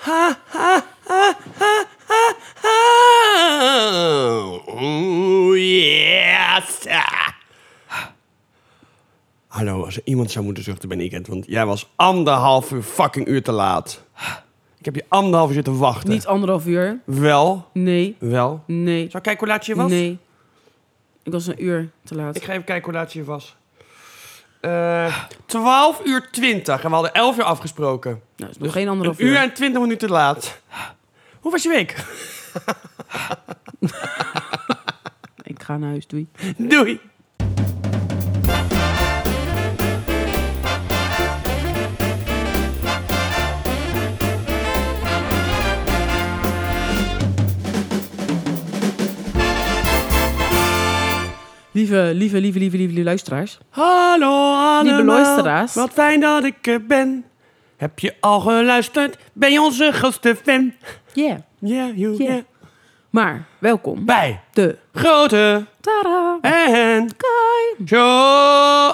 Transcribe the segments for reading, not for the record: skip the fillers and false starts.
Yes. Hallo, als er iemand zou moeten zuchten, ben ik het. Want jij was 1,5 fucking uur te laat. Ik heb je 1,5 uur te wachten. Niet 1,5 uur. Wel? Nee. Wel? Nee. Zal ik kijken hoe laat je was? Nee. Ik was 1 uur te laat. Ik ga even kijken hoe laat je was. 12:20 en we hadden 11 uur afgesproken. Nou, dat is nog geen 1,5 1 uur uur. en 20 minuten laat. Hoe was je week? Ik ga naar huis, doei. Doei. Lieve luisteraars. Hallo allemaal. Lieve luisteraars. Wat fijn dat ik er ben. Heb je al geluisterd? Ben je onze grootste fan? Yeah. Yeah, you, Yeah. yeah. Maar, welkom Bij de grote Tara en Kai. show.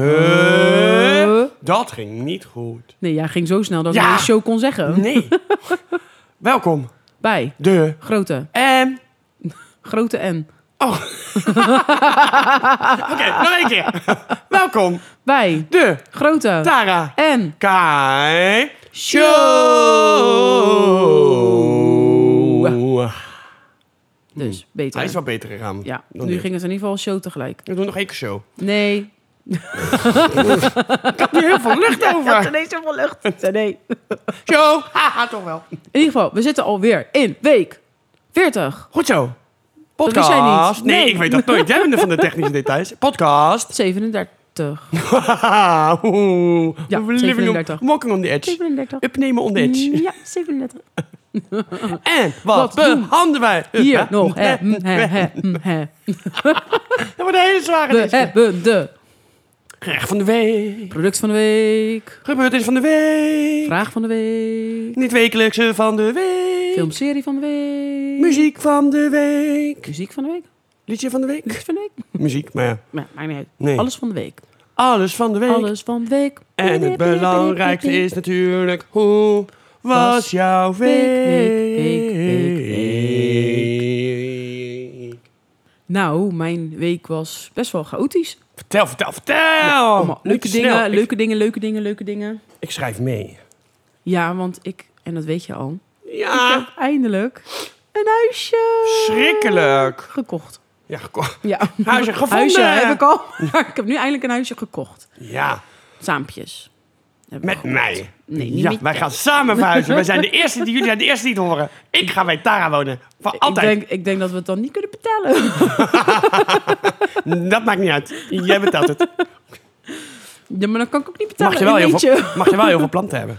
Dat ging niet goed. Nee, jij ging zo snel dat ik Ja. een show kon zeggen. Nee. Welkom. Bij De grote N. Oh. Oké, nog 1 keer. Welkom. Bij De grote Tara N. Kai Show. Dus, beter. Hij is wel beter gegaan. Ja, dan nu dit. ging het in ieder geval show tegelijk. We doen nog 1 keer show. Nee. Ik had hier heel veel lucht over. ineens zoveel lucht. Nee. Show. Haha, toch wel. In ieder geval, we zitten alweer in week 40. Goed zo. Dat wist jij Podcast. niet. Nee, Nee. ik weet dat nooit. Jij bent er van de technische details. Podcast. 37. Oeh. Ja, We're living 37. Walking on the edge. 37. Upnemen on the edge. Ja, 37. En wat Wat doen behandelen wij? Hier nog. Dat wordt een hele zware We deze. hebben de Gerecht van de week. product van de week. Gebeurtenis van de week. Vraag van de week. Niet wekelijkse van de week. Filmserie van de week. Muziek van de week. Muziek van de week. Liedje van de week. Liedje van de week. Muziek, maar ja. Maar maakt niet uit. Nee. Alles van de week. Alles van de week. Alles van de week. En het belangrijkste is natuurlijk, hoe was jouw week? Nou, mijn week was best wel chaotisch. Vertel. Allemaal leuke Niet te dingen, snel. leuke dingen. Ik schrijf mee. Ja, want en dat weet je al, ik Ja, heb eindelijk een huisje schrikkelijk. gekocht. Ja, Ja. Huisje gevonden. Huisje heb ik al, maar ik heb nu eindelijk een huisje gekocht. Ja, Saampjes. Heb ik met gekocht. mij. Nee, niet Ja, met wij jou. gaan samen verhuizen. Wij zijn de eerste jullie zijn de eerste die het horen. Ik ga bij Tara wonen. Voor altijd. Ik denk dat we het dan niet kunnen betalen. Dat maakt niet uit. Jij betaalt het. Ja, maar dan kan ik ook niet betalen. Mag je wel heel veel planten hebben.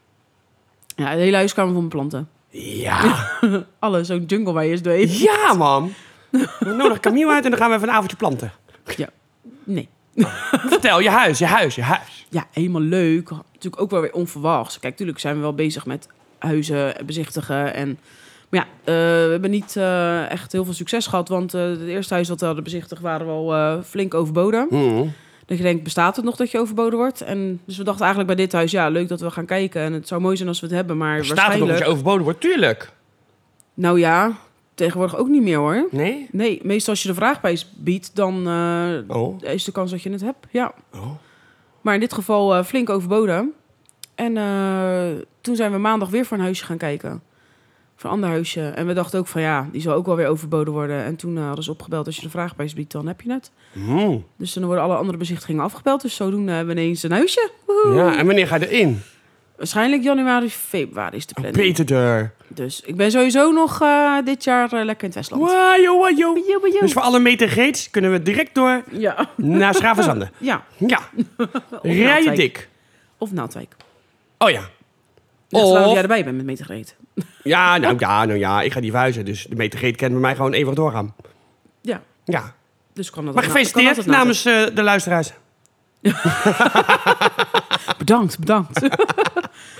Ja, de hele huiskamer vol met planten. Ja. Alles, zo'n jungle waar je eens doorheen. Ja, man. We nodigen Camille uit en dan gaan we even een avondje planten. Ja. Nee. Vertel, je huis. Ja, helemaal leuk. Natuurlijk ook wel weer onverwachts. Kijk, natuurlijk zijn we wel bezig met huizen bezichtigen. Maar ja, we hebben niet echt heel veel succes gehad. Want het eerste huis dat we hadden bezichtigd waren we al flink overboden. Dat je denkt, bestaat het nog dat je overboden wordt? En dus we dachten eigenlijk bij dit huis, ja, leuk dat we gaan kijken. En het zou mooi zijn als we het hebben, maar Staat er nog waarschijnlijk... dat je overboden wordt? Tuurlijk. Nou ja, tegenwoordig ook niet meer hoor. Nee? Nee, meestal als je de vraagprijs biedt, dan Oh. is de kans dat je het hebt. Ja. Oh. Maar in dit geval flink overboden. En toen zijn we maandag weer voor een huisje gaan kijken. Voor een ander huisje. En we dachten ook van ja, die zal ook wel weer overboden worden. En toen hadden ze opgebeld, als je de vraagprijs biedt, dan heb je het. Dus dan worden alle andere bezichtigingen afgebeld. Dus zodoende hebben we ineens een huisje. Woehoe. Ja, en wanneer ga je erin? Waarschijnlijk januari, februari is de planning. Peter. Dus ik ben sowieso nog dit jaar lekker in het Westland. Wajo. Joe. Dus voor alle metergeets kunnen we direct door Ja. naar Schravenzande. Ja. Ja. Rij je Naaldwijk. dik. Of Naaldwijk. Oh ja. Ja, of Of- jij erbij bent met metergeet. Ja, nou ja, ik ga niet verhuizen. Dus de metergeet kan bij mij gewoon eeuwig doorgaan. Ja. Ja. Dus kan dat Maar kan gefeliciteerd altijd namens de luisteraars. Bedankt.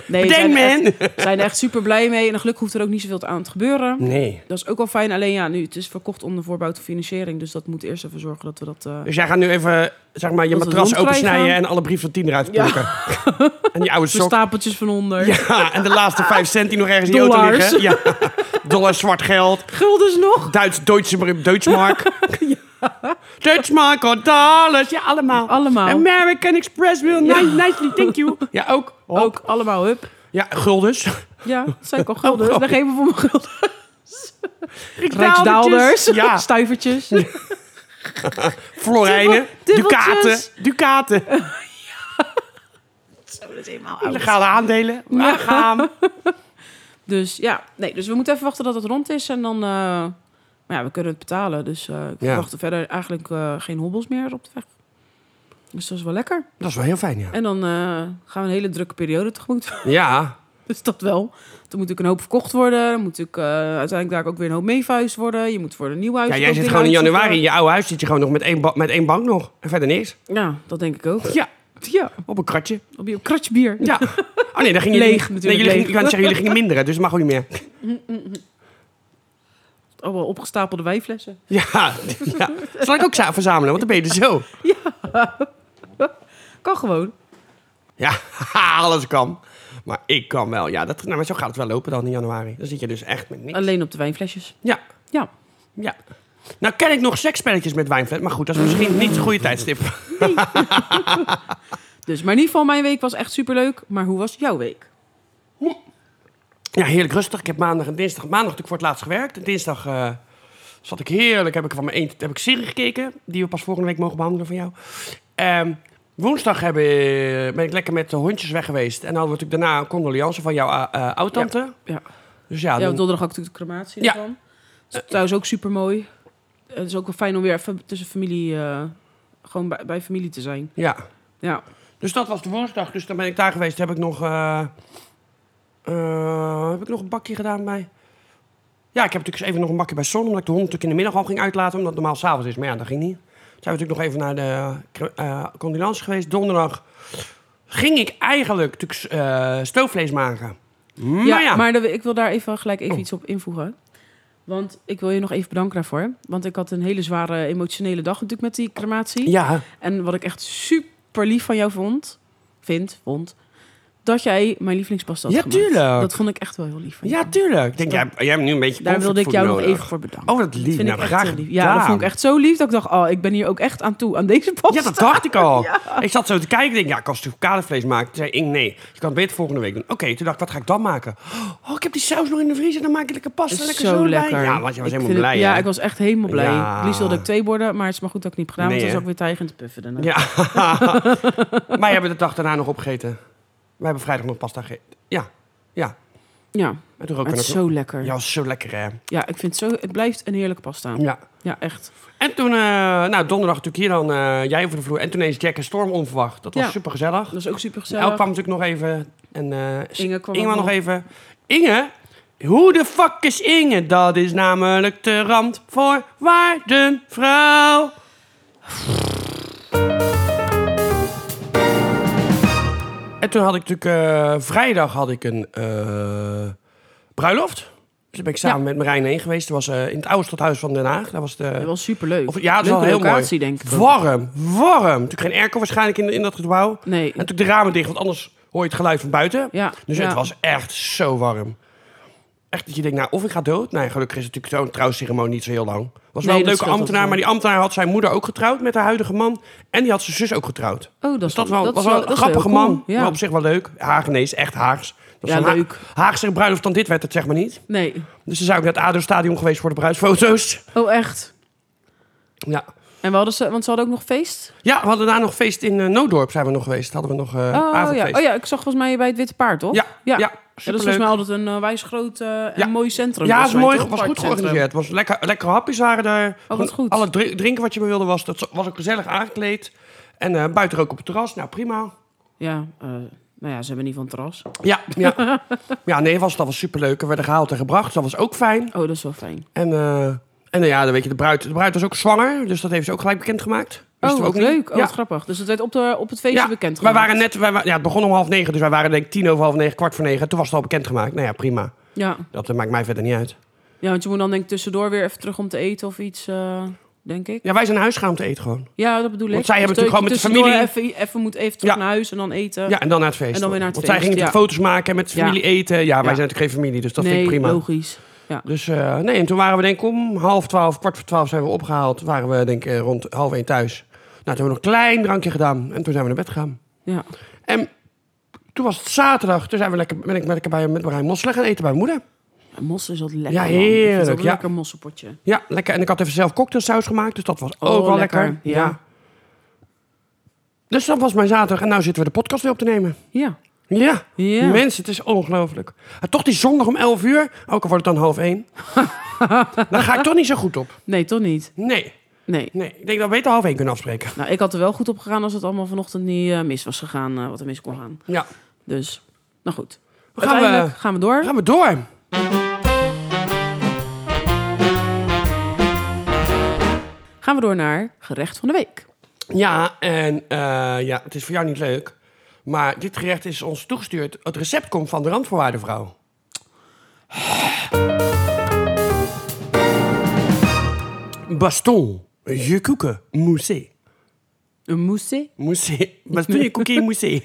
Nee, Bedenk, man! we zijn er echt super blij mee. En gelukkig hoeft er ook niet zoveel aan te gebeuren. Nee. Dat is ook wel fijn. Alleen ja, nu het is verkocht onder voorbouw tot financiering. Dus dat moet eerst even zorgen dat we dat... Dus jij gaat nu even, zeg maar, je Dat we matras het rondkrijgen. opensnijden en alle brieven van 10 eruit plukken. En die oude de sok. stapeltjes van onder. Ja, en de laatste 5 cent die nog ergens in die auto Dollars. liggen. Ja. Dollars, zwart geld. Guldens nog? Deutschmark. Deutschmark or dollars. Ja, allemaal. Allemaal. American Express will nicely, thank you. Ja, ook. Hop. Ook allemaal, hup. Ja, guldens. Ja, dat zijn ook al guldens. Dan geven we voor mijn guldens. Rijksdaalders. Ja. Stuivertjes. Florijnen. Dubbeltjes. Ducaten. Zo, dat is helemaal oud. Illegale aandelen. We gaan. Dus ja, nee, dus we moeten even wachten dat het rond is. En dan, maar ja, we kunnen het betalen. Dus ik verwacht verder eigenlijk geen hobbels meer op de weg. Dus dat is wel lekker. Dat is wel heel fijn, ja. En dan gaan we een hele drukke periode tegemoet. Ja. Dus dat wel. Dan moet natuurlijk een hoop verkocht worden. Dan moet natuurlijk uiteindelijk daar ook weer een hoop mee verhuisd worden. Je moet voor een nieuw huis... Ja, jij ook zit dingen gewoon in uitzoeken. januari in je oude huis. Zit je gewoon nog met één bank nog. En verder niks. Ja, dat denk ik ook. Ja. Ja, Op een kratje. op je kratje bier. Ja. Oh nee, dan ging je Leeg, Nee, natuurlijk, jullie, leeg. ik kan zeggen, jullie gingen minderen, dus dat mag ook niet meer. Allemaal opgestapelde wijnflessen. Ja, ja. Zal ik ook verzamelen, want dan ben je er zo. Kan gewoon. Ja, alles kan. Maar ik kan wel. Ja, maar zo gaat het wel lopen dan in januari. Dan zit je dus echt met niks. Alleen op de wijnflesjes. Ja, Ja. ja. Nou ken ik nog seksspelletjes met wijnfles, maar goed, dat is misschien niet het goede tijdstip. Dus, maar in ieder geval, mijn week was echt superleuk. Maar hoe was jouw week? Ja, heerlijk rustig. Ik heb maandag en dinsdag... Maandag heb ik voor het laatst gewerkt. En dinsdag zat ik heerlijk. Heb ik serie gekeken. Die we pas volgende week mogen behandelen van jou. Woensdag ben ik lekker met de hondjes weg geweest. En dan hadden we natuurlijk daarna een condoleance van jouw oud-tante. Ja. Dus ja, Ja, dan- donderdag had ik natuurlijk de crematie Ja. ervan. Dat is trouwens ook super mooi. Het is ook wel fijn om weer even tussen familie... gewoon bij familie te zijn. ja. Ja. Dus dat was de woensdag. Dus dan ben ik daar geweest. Heb ik nog een bakje gedaan bij... Ja, ik heb natuurlijk even nog een bakje bij Son. Omdat ik de hond natuurlijk in de middag al ging uitlaten. Omdat het normaal 's avonds is. Maar ja, dat ging niet. Toen zijn we natuurlijk nog even naar de condolence geweest. Donderdag ging ik eigenlijk natuurlijk stoofvlees maken. Maar ja. Maar ik wil daar even iets op invoegen. Want ik wil je nog even bedanken daarvoor. Want ik had een hele zware emotionele dag natuurlijk met die crematie. Ja, En wat ik echt super lief van jou vond... dat jij mijn lievelingspasta had Ja, gemaakt. tuurlijk. Dat vond ik echt wel heel lief van ja, jou. tuurlijk. Ik denk, jij hebt nu een beetje Daar wilde ik jou nog nodig. even voor bedanken. Oh, dat lief. vind Nou, ik echt graag heel lief. Ja, dat gedaan. vond ik echt zo lief dat ik dacht... ik ben hier ook echt aan toe, aan deze pasta. Ja, dat dacht ik al. Ik zat zo te kijken. Ik denk, ja, ik kan stucadevlees maken. Toen zei Ing, nee, je kan het beter volgende week doen. Oké, toen dacht ik, wat ga ik dan maken? Oh, ik heb die saus nog in de vriezer. Dan maak ik lekker pasta. Is Lekker zo zo lekker. bij. Ja, want je was Ik helemaal vind blij, het- Ja, hè? ik was echt helemaal blij. Ja. Het liefst wilde ik 2 borden, maar het is maar goed dat ik het niet heb gedaan. Nee, want dan is hè? ook weer tijgend te puffen daarna. Ja. Wij hebben de dag daarna nog opgegeten. Wij hebben vrijdag nog pasta gegeten. Ja, ja. Ja, En toen roken het we is nog- zo lekker. Ja, was zo lekker, hè? Ja, ik vind het blijft een heerlijke pasta. Ja. Ja, echt. En toen, donderdag natuurlijk hier dan jij over de vloer. En toen ineens Jack en Storm onverwacht. Dat was Ja. super gezellig. Dat is ook super El gezellig. kwam natuurlijk nog even. En Inge kwam Inge ook nog nog. even. Inge? Hoe de fuck is Inge? Dat is namelijk de randvoorwaardenvrouw. En toen had ik natuurlijk... vrijdag had ik een bruiloft. Dus daar ben ik samen met Marijn heen geweest. Dat was in het oude stadhuis van Den Haag. Dat was de... Dat was super leuk. Ja, het is Leuke wel heel locatie, mooi. denk ik. ook. Warm. Natuurlijk geen airco waarschijnlijk in dat gebouw. Nee. En natuurlijk de ramen dicht, want anders hoor je het geluid van buiten. Ja. Dus ja. het was echt zo warm. Echt dat je denkt, nou, of ik ga dood. Nee, gelukkig is het natuurlijk zo'n trouwceremonie niet zo heel lang. Was wel Nee, een dat leuke scheelt ambtenaar, wel. maar die ambtenaar had zijn moeder ook getrouwd met haar huidige man. En die had zijn zus ook getrouwd. Oh, Dus dat is was dat wel is een heel grappige cool. man, Ja. maar op zich wel leuk. Haagenees, echt Haags. Dat is Ja, een leuk. Haagse bruiloft dan dit werd het zeg maar niet. Nee. Dus dan zou ik naar het ADO-stadion geweest voor de bruidsfoto's. Oh, echt? Ja. En want ze hadden ook nog feest? Ja, we hadden daar nog feest in Nooddorp zijn we nog geweest. Hadden we nog avondfeest. Ja, ik zag volgens mij bij het Witte Paard, toch? Ja, ja. ja, Dat is volgens mij altijd een wijs groot en Ja. mooi centrum. Ja, het volgens mij, was toch? goed Parkcentrum. georganiseerd. Het was lekker hapjes waren er. wat goed. Alle drinken wat je maar wilde was. Dat was ook gezellig aangekleed. En buiten ook op het terras. Nou, prima. Ja, nou ja, ze hebben niet van het terras. Ja, ja. Ja, nee, dat was superleuk. We werden gehaald en gebracht. Dat was ook fijn. Oh, dat is wel fijn. En En ja, dan weet je, de bruid was ook zwanger. Dus dat heeft ze ook gelijk bekendgemaakt. Oh, ook wat niet. leuk. Oh, Ja. wat grappig. Dus het werd op het feestje bekend wij gemaakt. waren net... het begon om 8:30, dus wij waren denk ik 8:45, 8:45. Toen was het al bekendgemaakt. Nou ja, prima. Ja. Dat maakt mij verder niet uit. Ja, want je moet dan denk ik tussendoor weer even terug om te eten of iets, denk ik. Ja, wij zijn naar huis gaan om te eten gewoon. Ja, dat bedoel ik. Want zij hebben Dus natuurlijk gewoon met de tussendoor familie... Even moet even terug naar huis en dan eten. Ja, en dan naar het feest. En dan weer naar het Want feest, zij gingen natuurlijk foto's maken en met de familie eten. Ja, wij zijn natuurlijk geen familie, dus dat vind ik prima. Logisch. Ja. Dus en toen waren we denk ik om 11:30, 11:45 zijn we opgehaald. Waren we denk ik rond 12:30 thuis. Nou, toen hebben we nog een klein drankje gedaan en toen zijn we naar bed gegaan. Ja. En toen was het zaterdag, toen ben ik met Marijn mosselen gaan eten bij mijn moeder. Mossen is altijd Ja, lekker. man. Ik vind het heerlijk. wel een lekker mosselpotje. Ja, lekker. En ik had even zelf cocktailsaus gemaakt, dus dat was ook wel lekker. Ja. Dus dat was mijn zaterdag en nu zitten we de podcast weer op te nemen. Ja. Ja, Ja. mensen, het is ongelooflijk. En toch die zondag om 11:00, ook al wordt het dan 12:30. Daar ga ik toch niet zo goed op. Nee, toch niet? Nee. Nee. Ik denk dat we beter 12:30 kunnen afspreken. Nou, ik had er wel goed op gegaan als het allemaal vanochtend niet mis was gegaan, wat er mis kon gaan. Ja. Dus, nou goed. Gaan we door. Gaan we door. Gaan we door naar gerecht van de week. Ja, en het is voor jou niet leuk. Maar dit gerecht is ons toegestuurd. Het recept komt van de randvoorwaardenvrouw. Baston, je koeken, moussé. Een mousse. Moussé. Baston, je koeken, moussé.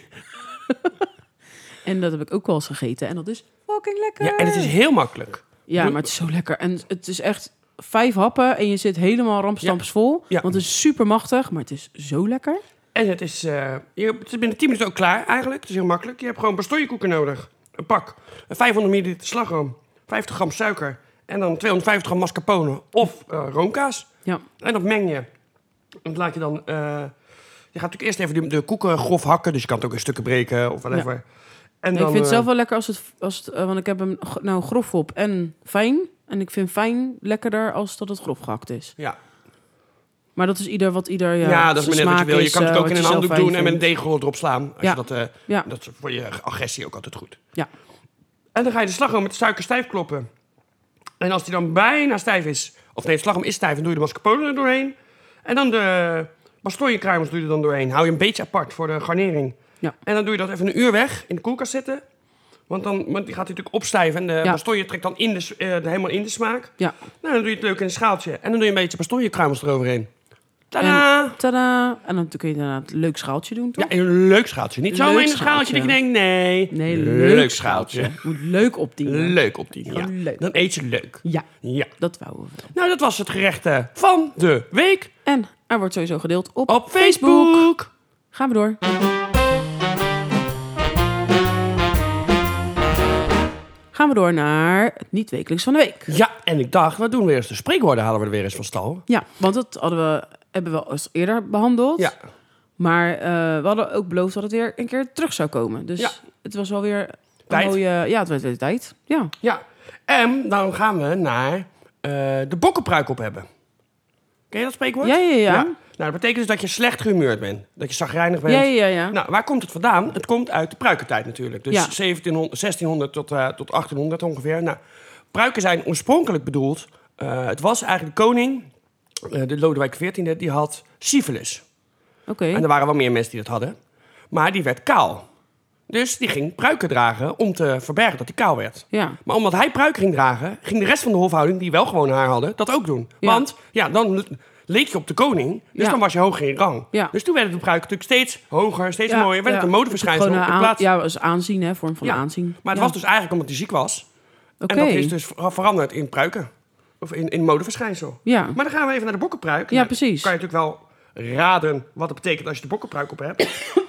En dat heb ik ook wel eens gegeten. En dat is fucking lekker. Ja, en het is heel makkelijk. Ja, maar het is zo lekker. En het is echt 5 happen en je zit helemaal rampstampsvol. Ja. Want het is super machtig, maar het is zo lekker. En het is binnen 10 minuten ook klaar eigenlijk. Het is heel makkelijk. Je hebt gewoon bastonjekoeken nodig. Een pak. 500 milliliter slagroom. 50 gram suiker. En dan 250 gram mascarpone of roomkaas. Ja. En dat meng je. En dat laat je dan... je gaat natuurlijk eerst even de koeken grof hakken. Dus je kan het ook in stukken breken of whatever. Ja. En Nee, dan, ik vind het zelf wel lekker als het want ik heb hem nou grof op en fijn. En ik vind fijn lekkerder als dat het grof gehakt is. Ja. Maar dat is ieder Ja, dat is maar net wat je wil. Je kan het ook in een handdoek doen en met een deeg. deegrol erop slaan. Als Ja. je dat is voor je agressie ook altijd goed. Ja. En dan ga je de slagroom met suiker stijf kloppen. En als die dan bijna stijf is... Of nee, de slagroom is stijf, dan doe je de mascarpone er doorheen. En dan de bastonjekruimels doe je er dan doorheen. Hou je een beetje apart voor de garnering. Ja. En dan doe je dat even een uur weg in de koelkast zetten. Want die gaat natuurlijk opstijven. En de bastonje trekt dan helemaal in de smaak. Ja. Nou, dan doe je het leuk in een schaaltje. En dan doe je een beetje bastonjekruimels eroverheen. Tadaa! Tadaa! En dan kun je daarna een leuk schaaltje doen, toch? Ja, in een leuk schaaltje. Niet zomaar Leuk in een schaaltje dat je denkt, nee. Nee, leuk schaaltje. Moet leuk opdienen. Leuk opdienen, ja. Gewoon leuk. Dan eet je leuk. Ja, Ja. dat wouden we wel. Nou, dat was het gerecht van de week En er wordt sowieso gedeeld op Facebook. Gaan we door. Gaan we door naar het niet-wekelijks van de week. Ja, en ik dacht, wat doen we eerst? De spreekwoorden halen we er weer eens van stal. Ja, want dat hebben we al eens eerder behandeld. Ja. Maar we hadden ook beloofd dat het weer een keer terug zou komen. Dus Ja. het was wel weer Tijd. een mooie... Ja, het werd weer tijd. Ja. Ja. En dan gaan we naar de bokkenpruik op hebben. Ken je dat spreekwoord? Ja. Nou, dat betekent dus dat je slecht gehumeurd bent. Dat je chagrijnig bent. Ja. Nou, waar komt het vandaan? Het komt uit de pruikentijd natuurlijk. Dus Ja. 1600 tot 1800 ongeveer. Nou, pruiken zijn oorspronkelijk bedoeld... het was eigenlijk de koning, de Lodewijk XIV, die had syfilis. Oké. En er waren wel meer mensen die dat hadden. Maar die werd kaal. Dus die ging pruiken dragen om te verbergen dat hij kaal werd. Ja. Maar omdat hij pruiken ging dragen, ging de rest van de hofhouding, die wel gewoon haar hadden, dat ook doen. Ja. Want dan leek je op de koning, dus Ja. dan was je hoger in rang. Ja. Dus toen werden de pruiken natuurlijk steeds hoger, steeds Ja, mooier. Werd het een modeverschijnsel Gewoon in plaats. Ja, als aanzien, hè. Vorm van Ja. aanzien. Maar het was dus eigenlijk omdat hij ziek was. Oké. En dat is dus veranderd in pruiken. Of in modeverschijnsel. Ja. Maar dan gaan we even naar de bokkenpruik. Ja, precies. Kan je natuurlijk wel raden wat het betekent als je de bokkenpruik op hebt.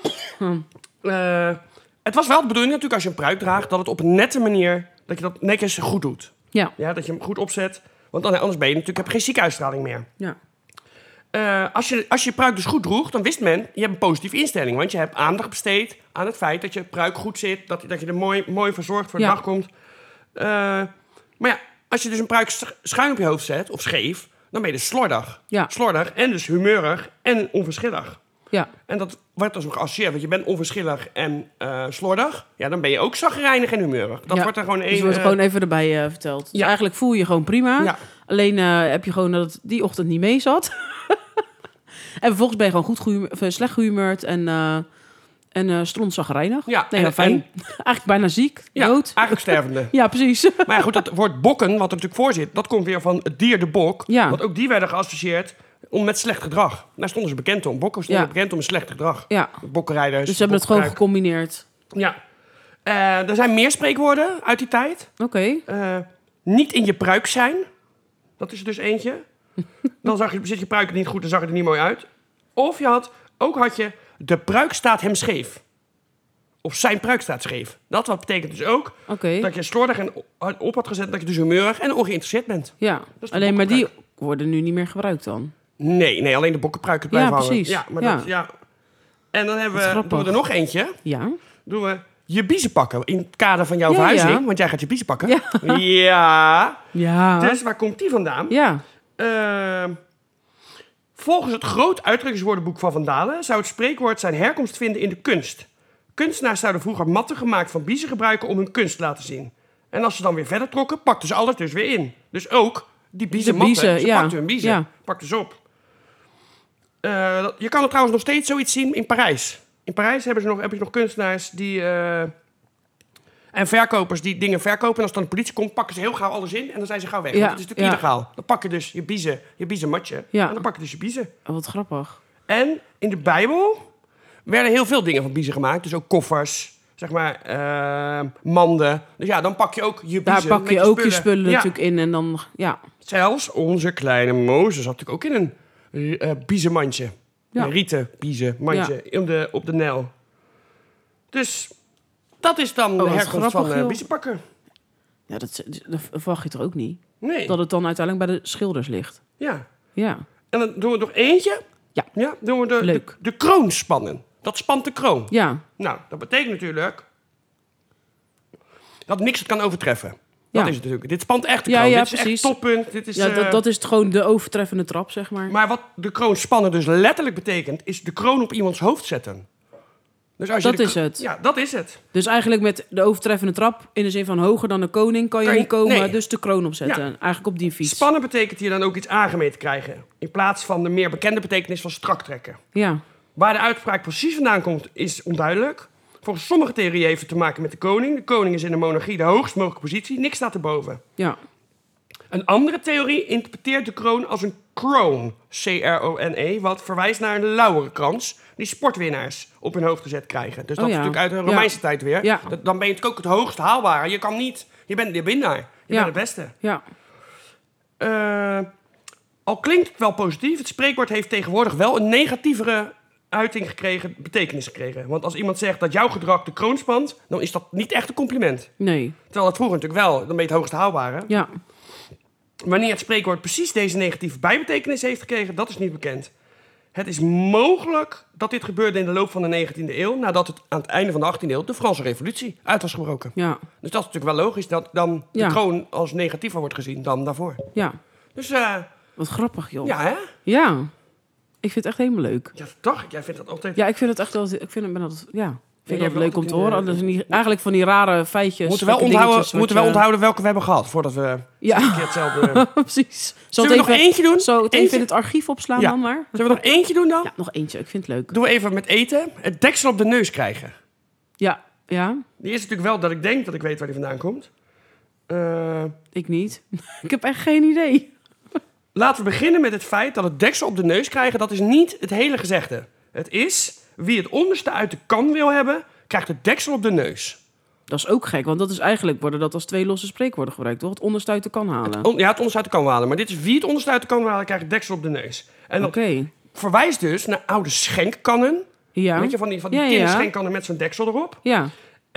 Het was wel de bedoeling natuurlijk als je een pruik draagt... dat het op een nette manier, dat je dat netjes goed doet. Ja. Ja, dat je hem goed opzet. Want anders ben je natuurlijk, heb je geen ziekenhuisstraling meer. Ja. Als je pruik dus goed droeg, dan wist men... je hebt een positieve instelling. Want je hebt aandacht besteed aan het feit dat je pruik goed zit... dat je er mooi verzorgd voor de Ja. dag komt. Maar ja, als je dus een pruik schuin op je hoofd zet, of scheef... dan ben je dus slordig. Ja. Slordig en dus humeurig en onverschillig. Ja. En dat wordt dus nog geassocieerd, want je bent onverschillig en slordig. Ja, dan ben je ook chagrijnig en humeurig. Dat Ja. wordt er gewoon Dus één... wordt gewoon even erbij verteld. Dus ja. eigenlijk voel je je gewoon prima. Ja. Alleen heb je gewoon dat het die ochtend niet mee zat. En vervolgens ben je gewoon slecht gehumeurd en strontzagrijnig. Ja, Nee, fijn. Eigenlijk bijna ziek, dood. Eigenlijk stervende. Ja, precies. Maar ja, goed, dat woord bokken, wat er natuurlijk voor zit... dat komt weer van het dier de bok. Ja. Want ook die werden geassocieerd met slecht gedrag. Daar stonden ze bekend om. Bokken stonden bekend om een slecht gedrag. Ja. Bokkenrijders. Dus ze hebben het gewoon gecombineerd. Ja. Er zijn meer spreekwoorden uit die tijd. Oké. Niet in je pruik zijn. Dat is er dus eentje. Dan zit je pruik niet goed, dan zag je er niet mooi uit. Of had je... De pruik staat hem scheef. Of zijn pruik staat scheef. Dat wat betekent dus ook dat je slordig en op had gezet... dat je dus humeurig en ongeïnteresseerd bent. Ja, alleen maar die worden nu niet meer gebruikt dan? Nee, alleen de bokkenpruiken blijven hangen. Precies. Ja, precies. En dan doen we er nog eentje. Ja. Doen we je biezen pakken. In het kader van jouw verhuizing. Ja. Want jij gaat je biezen pakken. Ja. Dus waar komt die vandaan? Ja. Volgens het groot uitdrukkingswoordenboek van Van Dalen... zou het spreekwoord zijn herkomst vinden in de kunst. Kunstenaars zouden vroeger matten gemaakt van biezen gebruiken... om hun kunst te laten zien. En als ze dan weer verder trokken, pakten ze alles dus weer in. Dus ook die biezenmatten, ze pakten hun biezen. Ja. Pakten ze op. Je kan er trouwens nog steeds zoiets zien in Parijs. In Parijs heb je nog kunstenaars die... en verkopers die dingen verkopen. En als dan de politie komt, pakken ze heel gauw alles in. En dan zijn ze gauw weg. Want het is natuurlijk illegaal. Dan pak je dus je biezenmatje. Ja. En dan pak je dus je biezen. Oh, wat grappig. En in de Bijbel werden heel veel dingen van biezen gemaakt. Dus ook koffers, zeg maar, manden. Dus ja, dan pak je ook je biezen. Daar pak je ook je spullen natuurlijk in. En dan, Zelfs onze kleine Mozes had natuurlijk ook in een biezenmandje. Ja. Een rieten biezenmandje op de Nijl. Dus... Dat is dan de herkomst van biezenpakken. Ja, dat verwacht je toch ook niet? Nee. Dat het dan uiteindelijk bij de schilders ligt. Ja. Ja. En dan doen we nog eentje. Ja. Doen we de kroon spannen. Dat spant de kroon. Ja. Nou, dat betekent natuurlijk... dat niks het kan overtreffen. Dat is het natuurlijk. Dit spant echt de kroon. Ja, dit is precies. Echt toppunt. Dit is, dat is het gewoon de overtreffende trap, zeg maar. Maar wat de kroon spannen dus letterlijk betekent... is de kroon op iemands hoofd zetten. Dus als dat is het. Ja, dat is het. Dus eigenlijk met de overtreffende trap, in de zin van hoger dan de koning, kan je niet komen, dus de kroon opzetten. Ja. Eigenlijk op die fiets. Spannen betekent hier dan ook iets aangemeten krijgen. In plaats van de meer bekende betekenis van strak trekken. Ja. Waar de uitspraak precies vandaan komt, is onduidelijk. Volgens sommige theorieën heeft het te maken met de koning. De koning is in de monarchie de hoogst mogelijke positie. Niks staat erboven. Ja. Een andere theorie interpreteert de kroon als een kroon, C-R-O-N-E, wat verwijst naar een lauwerenkrans die sportwinnaars op hun hoofd gezet krijgen. Dus dat is natuurlijk uit de Romeinse tijd weer. Ja. Dan ben je natuurlijk ook het hoogst haalbare. Je bent de winnaar. Je bent het beste. Ja. Al klinkt het wel positief, het spreekwoord heeft tegenwoordig wel een negatievere uiting gekregen, betekenis gekregen. Want als iemand zegt dat jouw gedrag de kroon spant, dan is dat niet echt een compliment. Nee. Terwijl het vroeger natuurlijk wel, dan ben je het hoogst haalbare. Ja. Wanneer het spreekwoord precies deze negatieve bijbetekenis heeft gekregen, dat is niet bekend. Het is mogelijk dat dit gebeurde in de loop van de 19e eeuw... nadat het aan het einde van de 18e eeuw de Franse revolutie uit was gebroken. Ja. Dus dat is natuurlijk wel logisch dat dan de kroon als negatiever wordt gezien dan daarvoor. Ja. Dus, wat grappig, joh. Ja, hè? Ja. Ik vind het echt helemaal leuk. Ja, toch? Jij vindt dat altijd... Ja, ik vind het echt wel... Ik vind het leuk om te horen. Dus eigenlijk van die rare feitjes. Moeten wel onthouden welke we hebben gehad, voordat we een keer hetzelfde... Precies. Zullen we nog eentje doen? Zo het even in het archief opslaan dan maar. Zullen we nog eentje doen dan? Ja, nog eentje. Ik vind het leuk. Doen we even met eten. Het deksel op de neus krijgen. Ja. Die is natuurlijk wel dat ik denk dat ik weet waar die vandaan komt. Ik niet. Ik heb echt geen idee. Laten we beginnen met het feit dat het deksel op de neus krijgen... dat is niet het hele gezegde. Het is, wie het onderste uit de kan wil hebben... krijgt het deksel op de neus. Dat is ook gek, want dat is eigenlijk... worden dat als twee losse spreekwoorden gebruikt, toch? Het onderste uit de kan halen. Het onderste uit de kan halen. Maar dit is, wie het onderste uit de kan wil halen... krijgt het deksel op de neus. En dat verwijst dus naar oude schenkkannen. Ja. Weet je, van die tinnen schenkkannen met zo'n deksel erop. Ja.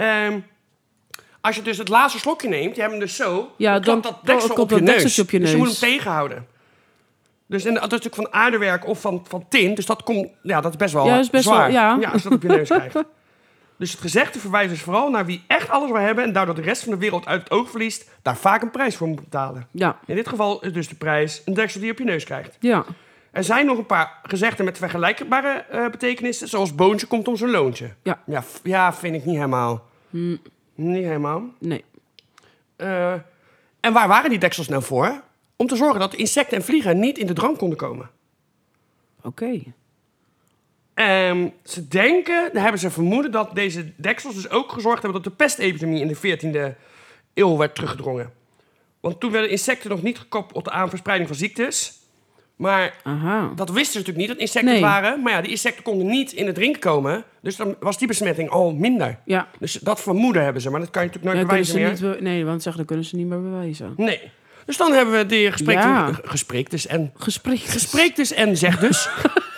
Als je dus het laatste slokje neemt, je hebt hem dus zo... Ja, dan dat deksel op je neus. Dus je moet hem tegenhouden. Dus dat is natuurlijk van aardewerk of van tin. Dus dat komt, dat is best wel zwaar. Als je dat op je neus krijgt. Dus het gezegde verwijst dus vooral naar wie echt alles wil hebben... en daardoor de rest van de wereld uit het oog verliest... daar vaak een prijs voor moet betalen. Ja. In dit geval is dus de prijs een deksel die je op je neus krijgt. Ja. Er zijn nog een paar gezegden met vergelijkbare betekenissen... zoals boontje komt om zijn loontje. Ja, vind ik niet helemaal. Niet helemaal. Nee. En waar waren die deksels nou voor? om te zorgen dat insecten en vliegen niet in de drank konden komen. Oké. Ze denken, daar hebben ze vermoeden, dat deze deksels dus ook gezorgd hebben dat de pestepidemie in de 14e eeuw werd teruggedrongen. Want toen werden insecten nog niet gekoppeld aan verspreiding van ziektes. Maar dat wisten ze natuurlijk niet, dat insecten het waren. Maar ja, die insecten konden niet in het drinken komen. Dus dan was die besmetting al minder. Ja. Dus dat vermoeden hebben ze, maar dat kan je natuurlijk nooit bewijzen meer. Nee, want zeggen, dat kunnen ze niet meer bewijzen. Nee. Dus dan hebben we die gesprek dus en zeg dus.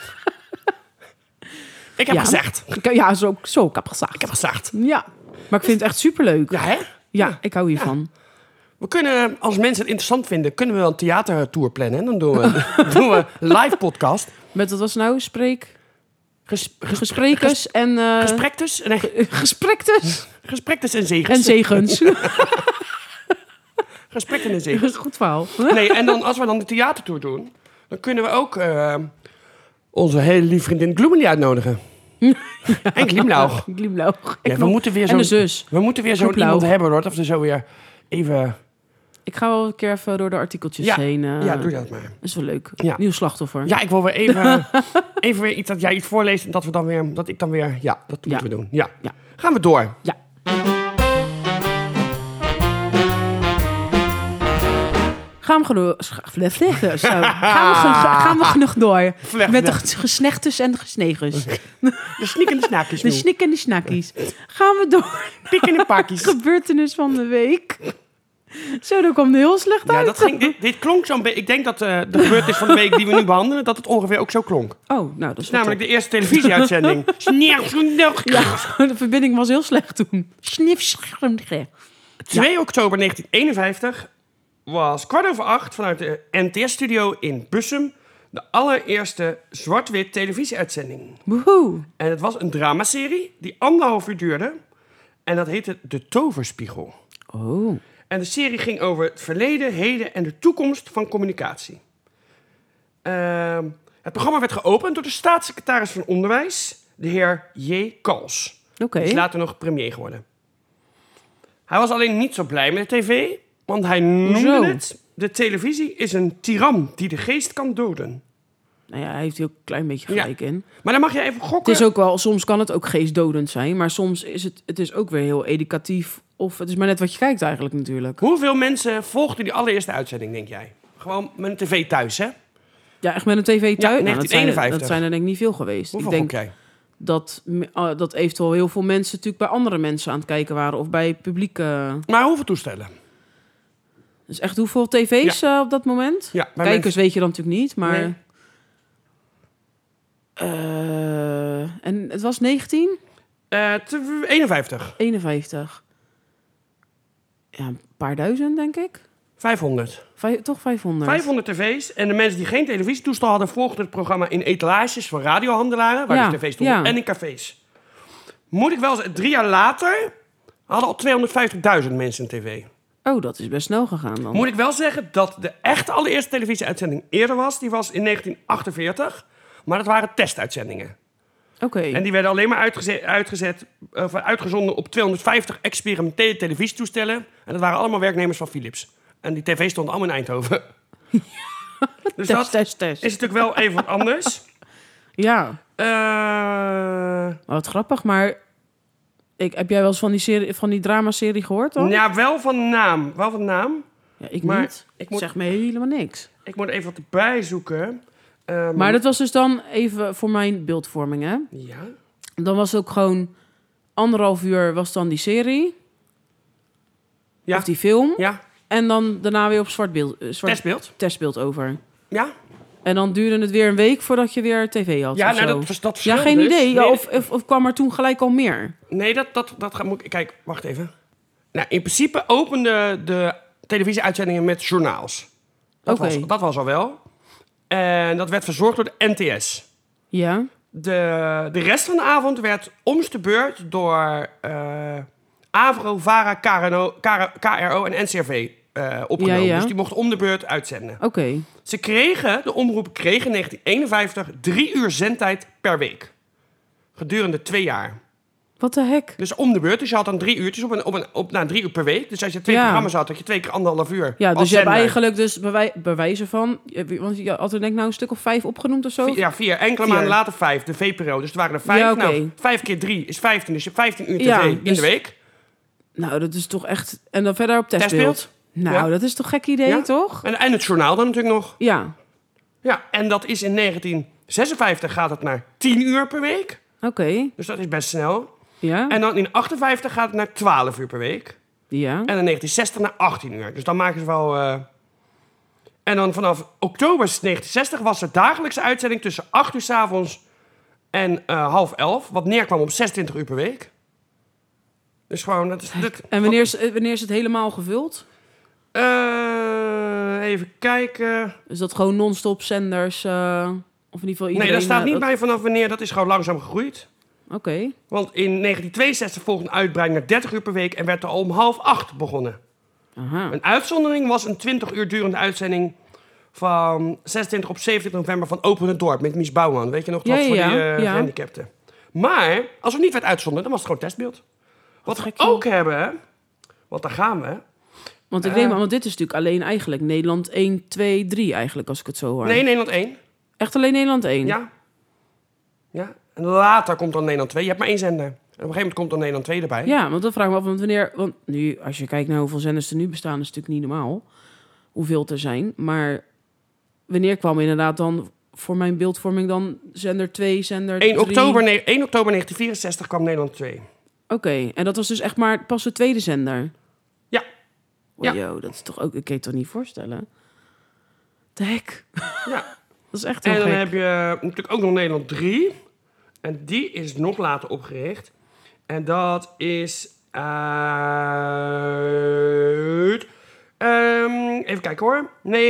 Ik heb gezegd. Ja, zo ik heb gezegd. Ik heb gezegd. Ja, maar ik vind het echt superleuk. Ja, hè? Ja, ik hou hiervan. We kunnen, als mensen het interessant vinden, kunnen we wel een theatertour plannen. En dan doen we een live podcast. Met, wat was het nou? Gesprekers en... Gesprektus? Nee. Gesprektus? Gesprektus en zegens. En zegens. Gesprekten en zegens. Goed verhaal. Nee, en dan, als we dan de theatertour doen, dan kunnen we ook onze hele lieve vriendin Gloemeli uitnodigen. En Glimlauch. Glimlauch. Ja, we moeten weer en de zus. We moeten weer zo'n iemand hebben, hoor. Of ze zo weer even... Ik ga wel een keer even door de artikeltjes heen. Ja, doe dat maar. Dat is wel leuk. Ja. Nieuw slachtoffer. Ja, ik wil weer even weer iets dat jij iets voorleest en dat we dan weer, dat ik dan weer, dat moeten we doen. Ja. Gaan we door. Ja. Gaan we genoeg door. Met de gesnechtes en de gesnegens. De snik en de snakjes. De snik en de snakkies. Gaan we door. Pik en de pakjes. Gebeurtenis van de week. Zo, dat kwam er heel slecht uit. Ja, dat ging, dit klonk zo'n beetje... Ik denk dat de gebeurtenis van de week die we nu behandelen, dat het ongeveer ook zo klonk. Oh, nou, dat is namelijk de eerste televisieuitzending. Ja, de verbinding was heel slecht toen. 2 oktober 1951 was 7:15 vanuit de NTS-studio in Bussum de allereerste zwart-wit televisieuitzending. Woehoe. En het was een dramaserie die 1,5 uur duurde. En dat heette De Toverspiegel. Oh. En de serie ging over het verleden, heden en de toekomst van communicatie. Het programma werd geopend door de staatssecretaris van Onderwijs, de heer J. Kals. Oké. Die is later nog premier geworden. Hij was alleen niet zo blij met de tv, want hij noemde het: de televisie is een tiran die de geest kan doden. Nou ja, hij heeft heel een klein beetje gelijk in. Maar dan mag je even gokken. Het is ook wel, soms kan het ook geestdodend zijn, maar soms is het is ook weer heel educatief. Of het is maar net wat je kijkt eigenlijk natuurlijk. Hoeveel mensen volgden die allereerste uitzending, denk jij? Gewoon met een tv thuis, hè? Ja, echt met een tv thuis? Ja, 1951. Dat zijn er denk ik niet veel geweest. Hoeveel ik denk jij? dat eventueel heel veel mensen natuurlijk bij andere mensen aan het kijken waren. Of bij publieke... Maar hoeveel toestellen? Dus echt hoeveel tv's op dat moment? Ja, kijkers weet je dan natuurlijk niet, maar... Nee. En het was 19? 51. 51. Ja, een paar duizend, denk ik. 500. Toch 500? 500 tv's. En de mensen die geen televisietoestel hadden, volgden het programma in etalages van radiohandelaren, waar dus tv's stonden, en in cafés. Moet ik wel zeggen, 3 jaar later hadden al 250.000 mensen een tv. Oh, dat is best snel gegaan dan. Moet ik wel zeggen dat de echte allereerste televisieuitzending eerder was. Die was in 1948. Maar dat waren testuitzendingen. Oké. En die werden alleen maar uitgezonden op 250 experimentele televisietoestellen. En dat waren allemaal werknemers van Philips. En die tv stond allemaal in Eindhoven. Dus test. Is natuurlijk wel even wat anders. Ja. Wat grappig, maar... heb jij wel eens van die dramaserie gehoord dan? Ja, wel van naam. Ja, ik niet. Zeg me helemaal niks. Ik moet even wat erbij zoeken. Maar dat was dus dan even voor mijn beeldvorming, hè? Ja. Dan was ook gewoon 1,5 uur was dan die serie. Ja. Of die film. Ja. En dan daarna weer op testbeeld over. Ja. En dan duurde het weer een week voordat je weer tv had. Ja, nou, dat ja, geen dus. idee. Nee, of kwam er toen gelijk al meer? Nee, dat moet ik... Kijk, wacht even. Nou, in principe opende de televisieuitzendingen met journaals. Dat was al wel. En dat werd verzorgd door de NTS. Ja. De rest van de avond werd om de beurt door AVRO, VARA, KRO en NCRV opgenomen. Ja. Dus die mochten om de beurt uitzenden. Oké. De omroepen kregen in 1951 3 uur zendtijd per week. Gedurende 2 jaar. Wat de hek? Dus om de beurt. Dus je had dan 3 uurtjes op 3 uur per week. Dus als je 2 programma's had je 2 keer 1,5 uur. Ja, als dus je hebt zender. eigenlijk dus bewijzen van... Want je had er denk ik nou een stuk of 5 opgenoemd of zo? 4. Enkele maanden later 5. De V-periode. Dus het waren er 5. Ja, oké. Nou, 5 keer 3 is 15. Dus je hebt 15 uur tv Ja, in dus- de week. Nou, dat is toch echt... En dan verder op testbeeld. Nou, Ja. dat is toch gek idee, Ja. toch? En het journaal dan natuurlijk nog. Ja, Ja, en dat is in 1956 gaat het naar 10 uur per week. oké. Dus dat is best snel. Ja, En dan in 58 gaat het naar 12 uur per week. ja. En in 1960 naar 18 uur. Dus dan maken ze wel... En dan vanaf oktober 1960 was er dagelijkse uitzending tussen 8 uur 's avonds en 10:30. Wat neerkwam op 26 uur per week. Dus gewoon... En wanneer is het helemaal gevuld? Even kijken. Is dat gewoon non-stop zenders? Of in ieder geval iedereen... Nee, daar staat niet bij vanaf wanneer. Dat is gewoon langzaam gegroeid. Oké. Want in 1962 volgde een uitbreiding naar 30 uur per week en werd er al om 7:30 begonnen. Aha. Een uitzondering was een 20 uur durende uitzending van 26 op 27 november van Open het Dorp met Mies Bouwman. Weet je nog, dat Ja, voor ja, die ja. gehandicapten. Maar als het niet werd uitgezonden, dan was het gewoon testbeeld. Wat we gek, joh. ook hebben, want daar gaan we. Want ik neem aan, want dit is natuurlijk alleen eigenlijk Nederland 1, 2, 3 eigenlijk, als ik het zo hoor. Nee, Nederland 1. Echt alleen Nederland 1? Ja. Ja. En later komt dan Nederland 2. Je hebt maar 1 zender. En op een gegeven moment komt dan Nederland 2 erbij. Ja, want dat vraag ik me af, want wanneer... Want nu, als je kijkt naar hoeveel zenders er nu bestaan, is het natuurlijk niet normaal. Hoeveel er zijn. Maar wanneer kwam inderdaad dan, voor mijn beeldvorming dan, zender 2, zender 3? 1 oktober 1964 kwam Nederland 2. Oké, en dat was dus echt maar pas de tweede zender? Ja. Ja. Yo, dat is toch ook... Ik kan je het toch niet voorstellen? De hek. Ja. Dat is echt heel En dan gek. heb je natuurlijk ook nog Nederland 3. En die is nog later opgericht. En dat is uit... even kijken hoor.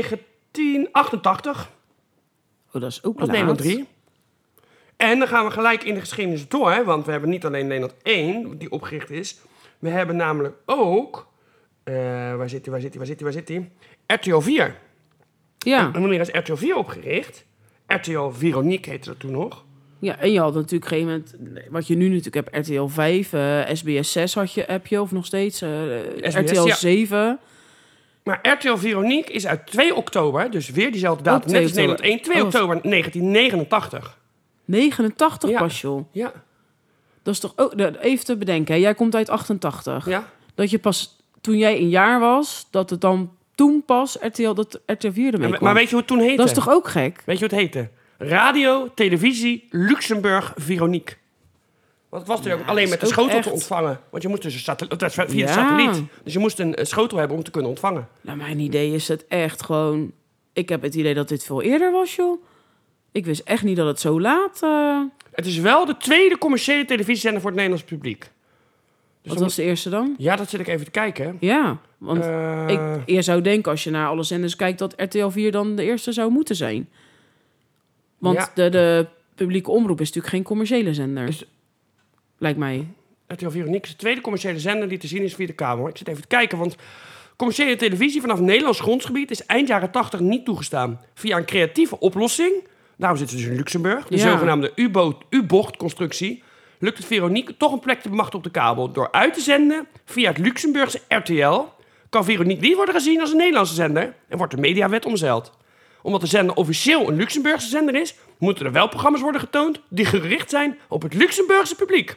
1988. Oh, dat is ook Dat is laat. Nederland 3. En dan gaan we gelijk in de geschiedenis door. Hè, want we hebben niet alleen Nederland 1 die opgericht is. We hebben namelijk ook... waar zit die? RTL 4. Ja. En wanneer is RTL 4 opgericht? RTL Veronique heette dat toen nog. Ja, en je had natuurlijk op een gegeven moment... Wat je nu natuurlijk hebt, RTL 5, SBS 6 heb je, of nog steeds. SBS, RTL ja. 7. Maar RTL Veronique is uit 2 oktober, dus weer diezelfde datum, 2 net als Nederland 1, 2 oktober 1989. 89 Ja. pas, joh. Ja, Dat is toch ook... Even te bedenken, hè. Jij komt uit 88. ja. Dat je pas, toen jij een jaar was, dat het dan toen pas RTL 4 ermee kwam. Maar weet je hoe het toen heette? Dat is toch ook gek? Weet je hoe het heette? Radio, Televisie, Luxemburg, Veronique. Want het was natuurlijk alleen met de is ook schotel echt- te ontvangen. Want je moest dus via de Ja. satelliet. Dus je moest een schotel hebben om te kunnen ontvangen. Nou, mijn idee is het echt gewoon... Ik heb het idee dat dit veel eerder was, joh. Ik wist echt niet dat het zo laat... Het is wel de tweede commerciële televisiezender voor het Nederlands publiek. Wat was de eerste dan? Ja, dat zit ik even te kijken. Ja, want Eh, je zou denken als je naar alle zenders kijkt... dat RTL 4 dan de eerste zou moeten zijn. Want Ja. de publieke omroep is natuurlijk geen commerciële zender. Is- Lijkt mij. RTL Veronique is de tweede commerciële zender die te zien is via de kabel. Ik zit even te kijken, want commerciële televisie vanaf Nederlands grondgebied is eind jaren 80 niet toegestaan. Via een creatieve oplossing, daarom zitten ze dus in Luxemburg, de Ja. zogenaamde U-bochtconstructie, lukt het Veronique toch een plek te bemachtigen op de kabel. Door uit te zenden via het Luxemburgse RTL kan Veronique niet worden gezien als een Nederlandse zender en wordt de mediawet omzeild. Omdat de zender officieel een Luxemburgse zender is, moeten er wel programma's worden getoond die gericht zijn op het Luxemburgse publiek.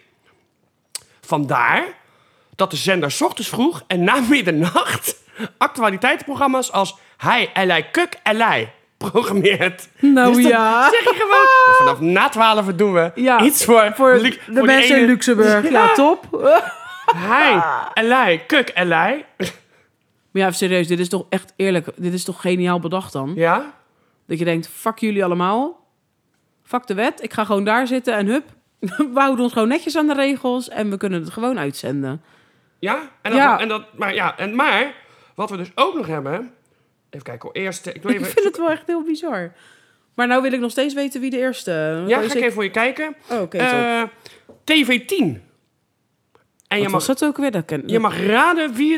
Vandaar dat de zender 's ochtends vroeg en na middernacht actualiteitsprogramma's als Hij, Elij, Kuk, Elij programmeert. Nou Dus dan ja. zeg je gewoon, vanaf na 12 doen we Ja, iets voor, Voor Lu- de die mensen in ene- Luxemburg. Ja, top. Hij, Elij, Kuk, Elij. Maar ja, serieus, dit is toch echt eerlijk. Dit is toch geniaal bedacht dan? Ja? Dat je denkt, fuck jullie allemaal. Fuck de wet. Ik ga gewoon daar zitten en hup. We houden ons gewoon netjes aan de regels. En we kunnen het gewoon uitzenden. Ja? Maar wat we dus ook nog hebben... Even kijken hoor, eerst... Ik doe Ik even... vind het wel echt heel bizar. Maar nou wil ik nog steeds weten wie de eerste... Ja, ga ik even voor je kijken. Oh, oké, top. TV10. En Wat was dat ook weer? Dat je mag raden wie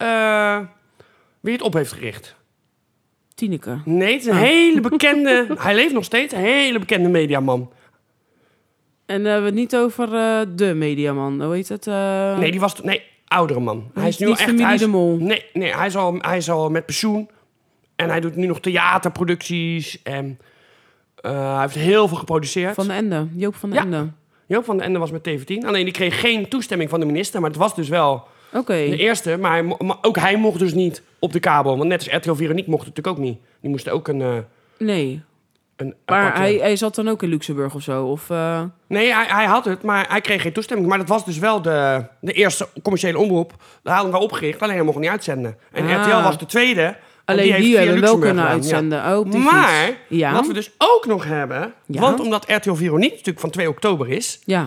het op heeft gericht. Tineke. Nee, het is een hele bekende... Hij leeft nog steeds. Een hele bekende mediaman. En we hebben het niet over de mediaman. Hoe heet het? Nee, die was... Nee, oudere man. Hij is nu niet echt... Familie de Mol. Nee, hij is al met pensioen. En hij doet nu nog theaterproducties. En hij heeft heel veel geproduceerd. Van den Ende. Joop van den Ja. Ende. Joop van den Ende was met TV10. Alleen die kreeg geen toestemming van de minister. Maar het was dus wel Oké. de eerste. Maar ook hij mocht dus niet op de kabel. Want net als RTL Veronique mocht het natuurlijk ook niet. Die moesten ook een Nee. Maar aparte... hij zat dan ook in Luxemburg of zo? Of, Nee, hij had het, maar hij kreeg geen toestemming. Maar dat was dus wel de eerste commerciële omroep. Daar hadden we opgericht, alleen hij mocht niet uitzenden. En RTL was de tweede. en Alleen heeft die via hebben wel Luxemburg kunnen gedaan, ja. uitzenden. Oh, op die Maar, fiets. Ja. wat we dus ook nog hebben... Ja. Want omdat RTL Veronique natuurlijk van 2 oktober is... Ja.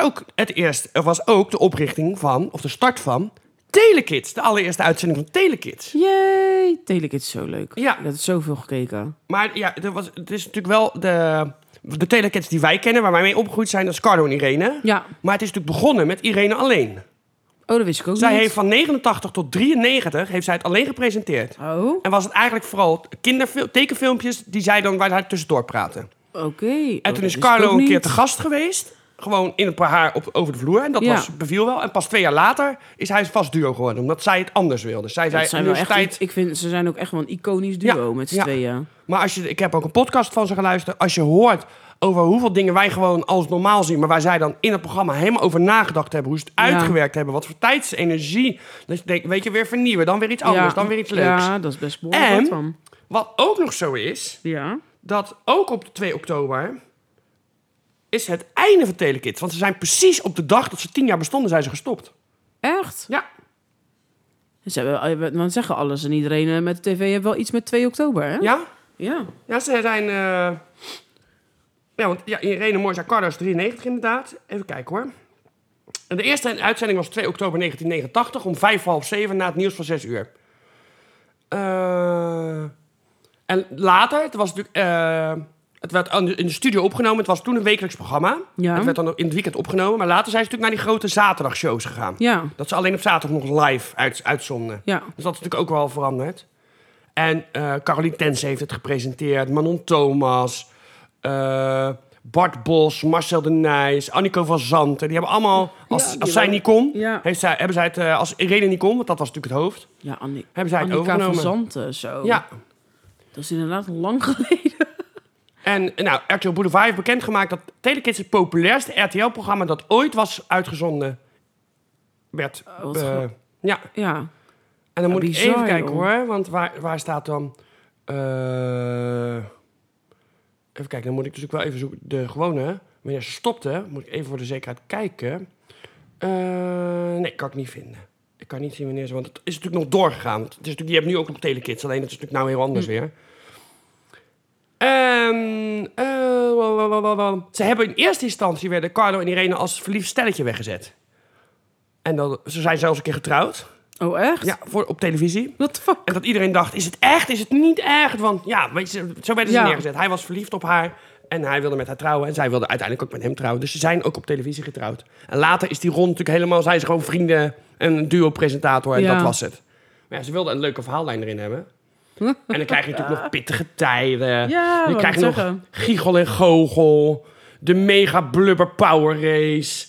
was ook de oprichting van, of de start van... Telekids, de allereerste uitzending van Telekids. Yay! Telekids is zo leuk. Ja. Dat is zoveel gekeken. Maar ja, het is natuurlijk wel de Telekids die wij kennen... waar wij mee opgegroeid zijn, dat is Carlo en Irene. Ja. Maar het is natuurlijk begonnen met Irene alleen. Oh, dat wist ik ook Zij niet. heeft van 89 tot 93 heeft zij het alleen gepresenteerd. Oh, En was het eigenlijk vooral tekenfilmpjes die zij dan waar zij tussendoor praten. oké. En toen is Carlo een keer te gast geweest. Gewoon in het paar haar over de vloer. En dat beviel wel. En pas 2 jaar later is hij vast duo geworden. Omdat zij het anders wilde. Zij zei, Zijn nu wel is echt, tijd... ik vind, ze zijn ook echt wel een iconisch duo met z'n tweeën. Maar ik heb ook een podcast van ze geluisterd. Als je hoort over hoeveel dingen wij gewoon als normaal zien... maar waar zij dan in het programma helemaal over nagedacht hebben... hoe ze het uitgewerkt hebben, wat voor tijdsenergie... dat je denkt, weet je, weer vernieuwen, dan weer iets anders, dan weer iets leuks. Ja, dat is best behoorlijk wat van. Wat ook nog zo is... Ja. dat ook op de 2 oktober... is het einde van Telekids. Want ze zijn precies op de dag dat ze 10 jaar bestonden... zijn ze gestopt. Echt? Ja. Ze hebben, want zeggen alles en iedereen met de tv heeft wel iets met 2 oktober, hè? Ja? Ja. Ja, ze zijn... ja, want Irene Moorza Carlo is 93 inderdaad. Even kijken hoor. En de eerste uitzending was 2 oktober 1989... om 6:30 na het nieuws van 6 uur. En later, het was natuurlijk... het werd in de studio opgenomen. Het was toen een wekelijks programma. Ja. Het werd dan in het weekend opgenomen. Maar later zijn ze natuurlijk naar die grote zaterdagshows gegaan. Ja. Dat ze alleen op zaterdag nog live uitzonden. Ja. Dus dat is natuurlijk ook wel veranderd. En Caroline Tense heeft het gepresenteerd. Manon Thomas. Bart Bos. Marcel de Nijs. Anniko van Zanten. Die hebben allemaal... Als zij niet kon... Ja. hebben zij het... als Irene niet kon, want dat was natuurlijk het hoofd... Ja, hebben zij het Annika overgenomen. van Zanten, zo. Ja. Dat is inderdaad lang geleden. En nou, RTL Boulevard heeft bekendgemaakt dat Telekids het populairste RTL-programma dat ooit was uitgezonden werd. Ja. Ja. En dan moet ik bizar, even kijken joh. hoor, want waar staat dan... even kijken, dan moet ik dus ook wel even zoeken. De gewone, wanneer ze stopte, moet ik even voor de zekerheid kijken. Nee, kan ik niet vinden. Ik kan niet zien wanneer ze... Want het is natuurlijk nog doorgegaan. Het is natuurlijk, je hebt nu ook nog Telekids, alleen het is natuurlijk nou heel anders weer. Ze hebben in eerste instantie werden Carlo en Irene als verliefd stelletje weggezet. En dan, ze zijn zelfs een keer getrouwd. Oh, echt? Ja, op televisie. What the fuck? En dat iedereen dacht, is het echt? Is het niet echt? Want ja, weet je, zo werden ze neergezet. Hij was verliefd op haar en hij wilde met haar trouwen. En zij wilde uiteindelijk ook met hem trouwen. Dus ze zijn ook op televisie getrouwd. En later is die rond natuurlijk helemaal... zijn ze gewoon vrienden en een duo-presentator. En dat was het. Maar ja, ze wilden een leuke verhaallijn erin hebben. En dan krijg je natuurlijk nog pittige tijden. Ja, dan krijg je nog Giegel en Goochel. De Mega Blubber Power Race.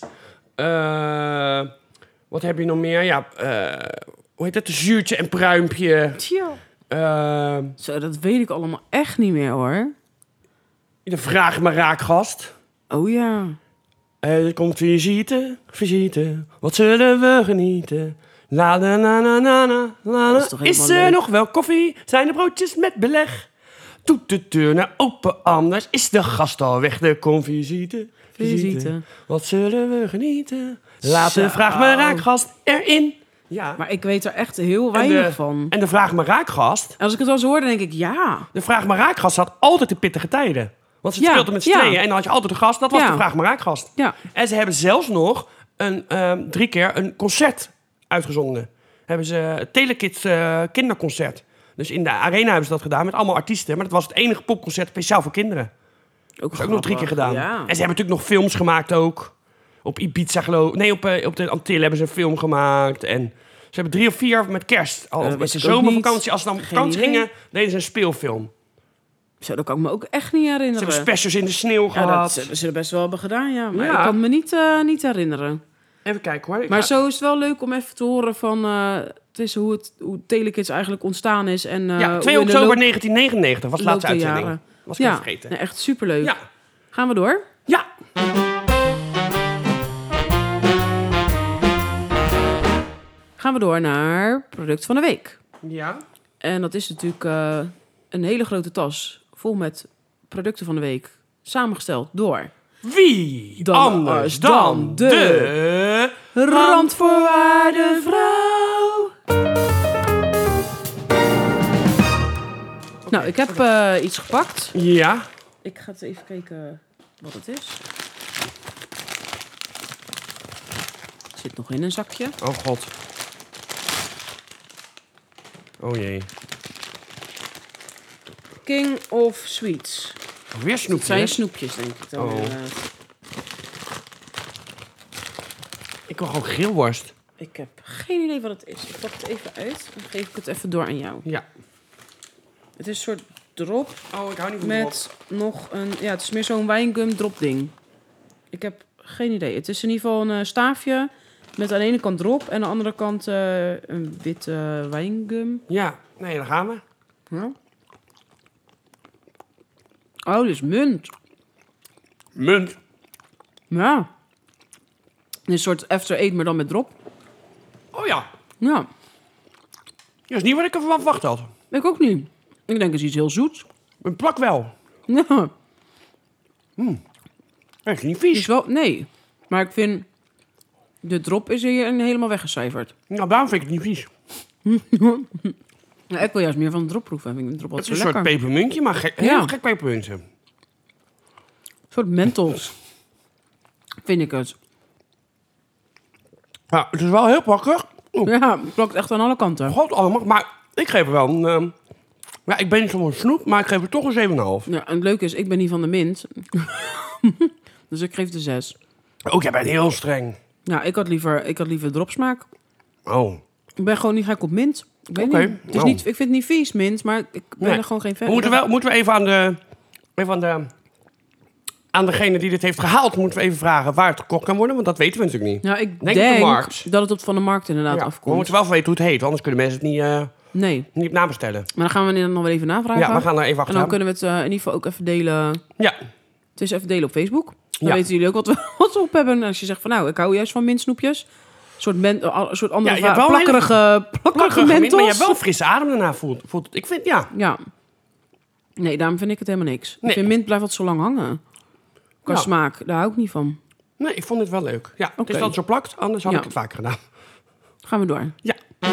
Wat heb je nog meer? Ja, hoe heet het? Zuurtje en Pruimpje. Zo, dat weet ik allemaal echt niet meer, hoor. De Vraag maar Raakgast. Oh ja. Er komt visite. Wat zullen we genieten? La na na na na na na. Is er nog wel koffie? Zijn er broodjes met beleg? Doet de deur naar open, anders is de gast al weg. Er komt visite. Wat zullen we genieten? Laat de Vraag maar Raakgast erin. Ja. Maar ik weet er echt heel weinig van. En de Vraag maar Raakgast... En als ik het wel zo hoor, dan denk ik ja. De Vraag maar Raakgast had altijd de pittige tijden. Want ze speelden met z'n tweeën en dan had je altijd een gast. Dat was de Vraag maar Raakgast. Ja. En ze hebben zelfs nog 3 keer een concert uitgezonden. Hebben ze Telekids kinderconcert. Dus in de arena hebben ze dat gedaan met allemaal artiesten. Maar dat was het enige popconcert speciaal voor kinderen. Dat is ook nog 3 keer gedaan. Ja. En ze hebben natuurlijk nog films gemaakt ook. Op Ibiza geloof ik. Nee, op de Antillen hebben ze een film gemaakt. En ze hebben 3 of 4 met kerst. Met de zomervakantie. Als ze dan op vakantie gingen, deden ze een speelfilm. Zo, dat kan ik me ook echt niet Ze herinneren. hebben specials in de sneeuw Ja, gehad. dat zullen ze best wel hebben gedaan, ja. Maar Ja. ik kan me niet herinneren. Even kijken hoor. Maar zo is het wel leuk om even te horen van... hoe Telekids eigenlijk ontstaan is. En, Ja, 2 hoe in de oktober loop- 1999 was de laatste loop der uitzending. jaren. Was ik even vergeten. nee, echt superleuk. Ja. Gaan we door? Ja. Gaan we door naar product van de week. Ja. En dat is natuurlijk een hele grote tas vol met producten van de week. Samengesteld door Wie Dan anders dan de... Randvoorwaardenvrouw. Nou, ik heb iets gepakt. Ja. Ik ga eens even kijken wat het is. Het zit nog in een zakje. Oh god. Oh jee. King of Sweets. Weer Het snoepjes. zijn snoepjes, denk ik dan. Oh. inderdaad. Ik wil gewoon grillworst. Ik heb geen idee wat het is. Ik pak het even uit. Dan geef ik het even door aan jou. Ja. Het is een soort drop Oh, ik hou niet van met nog een... Ja, het is meer zo'n wijngum drop ding. Ik heb geen idee. Het is in ieder geval een staafje met aan de ene kant drop en aan de andere kant een witte wijngum. Ja. Nee, daar gaan we. Ja. Oh, dit is munt. Munt. Ja. Een soort after eight, maar dan met drop. Oh ja. Ja, Dat is niet wat ik ervan verwacht had. ik ook niet. Ik denk het is iets heel zoets. Een plak wel. Ja, Dat is niet het is vies. wel... Nee. Maar ik vind... De drop is hier helemaal weggecijferd. Nou, daarom vind ik het niet vies. Ja, ik wil juist meer van de drop proeven. Ik vind de drop Het is altijd een zo soort lekker. pepermuntje, maar gek, Ja. heel gek pepermuntje. Een soort mentos. Vind ik het. Ja, het is wel heel pakkig. Ja, het plakt echt aan alle kanten. God allemaal. Maar ik geef er wel een... ja, ik ben niet zo'n snoep, maar ik geef er toch een 7,5. Ja, en het leuke is, ik ben niet van de mint. Dus ik geef de 6. Oh, jij bent heel streng. Ja, ik had liever dropsmaak. Oh. Ik ben gewoon niet gek op mint. Ik weet Oké, niet. Het is nou. niet. Ik vind het niet vies, mint, maar ik ben Nee. er gewoon geen fan Moeten we even aan degene die dit heeft gehaald, moeten we even vragen waar het gekocht kan worden, want dat weten we natuurlijk niet. Ja, ik Denk denk de markt. dat het op van de markt inderdaad Ja, maar we afkomt. moeten wel weten hoe het heet, anders kunnen mensen het Nee, niet nabestellen. maar dan gaan we dan nog wel even navragen. Ja, we gaan er even en dan achteraan. kunnen we het in ieder geval ook even delen. Ja, Het is even delen op Facebook. Dan Ja. weten jullie ook wat we op hebben. En als je zegt van nou, ik hou juist van mintsnoepjes. Een soort andere Ja, je hebt wel een plakkerige plakkerige mint, mentos. maar je hebt wel een frisse adem daarna voelt. Ik vind, ja. Ja. Nee, daarom vind ik het helemaal niks. Nee. Ik vind mint blijft wat zo lang hangen. Qua Ja. smaak, daar hou ik niet van. Nee, ik vond het wel leuk. Ja, het is Oké. dat het zo plakt, anders had Ja. ik het vaker gedaan. Gaan we door. Ja.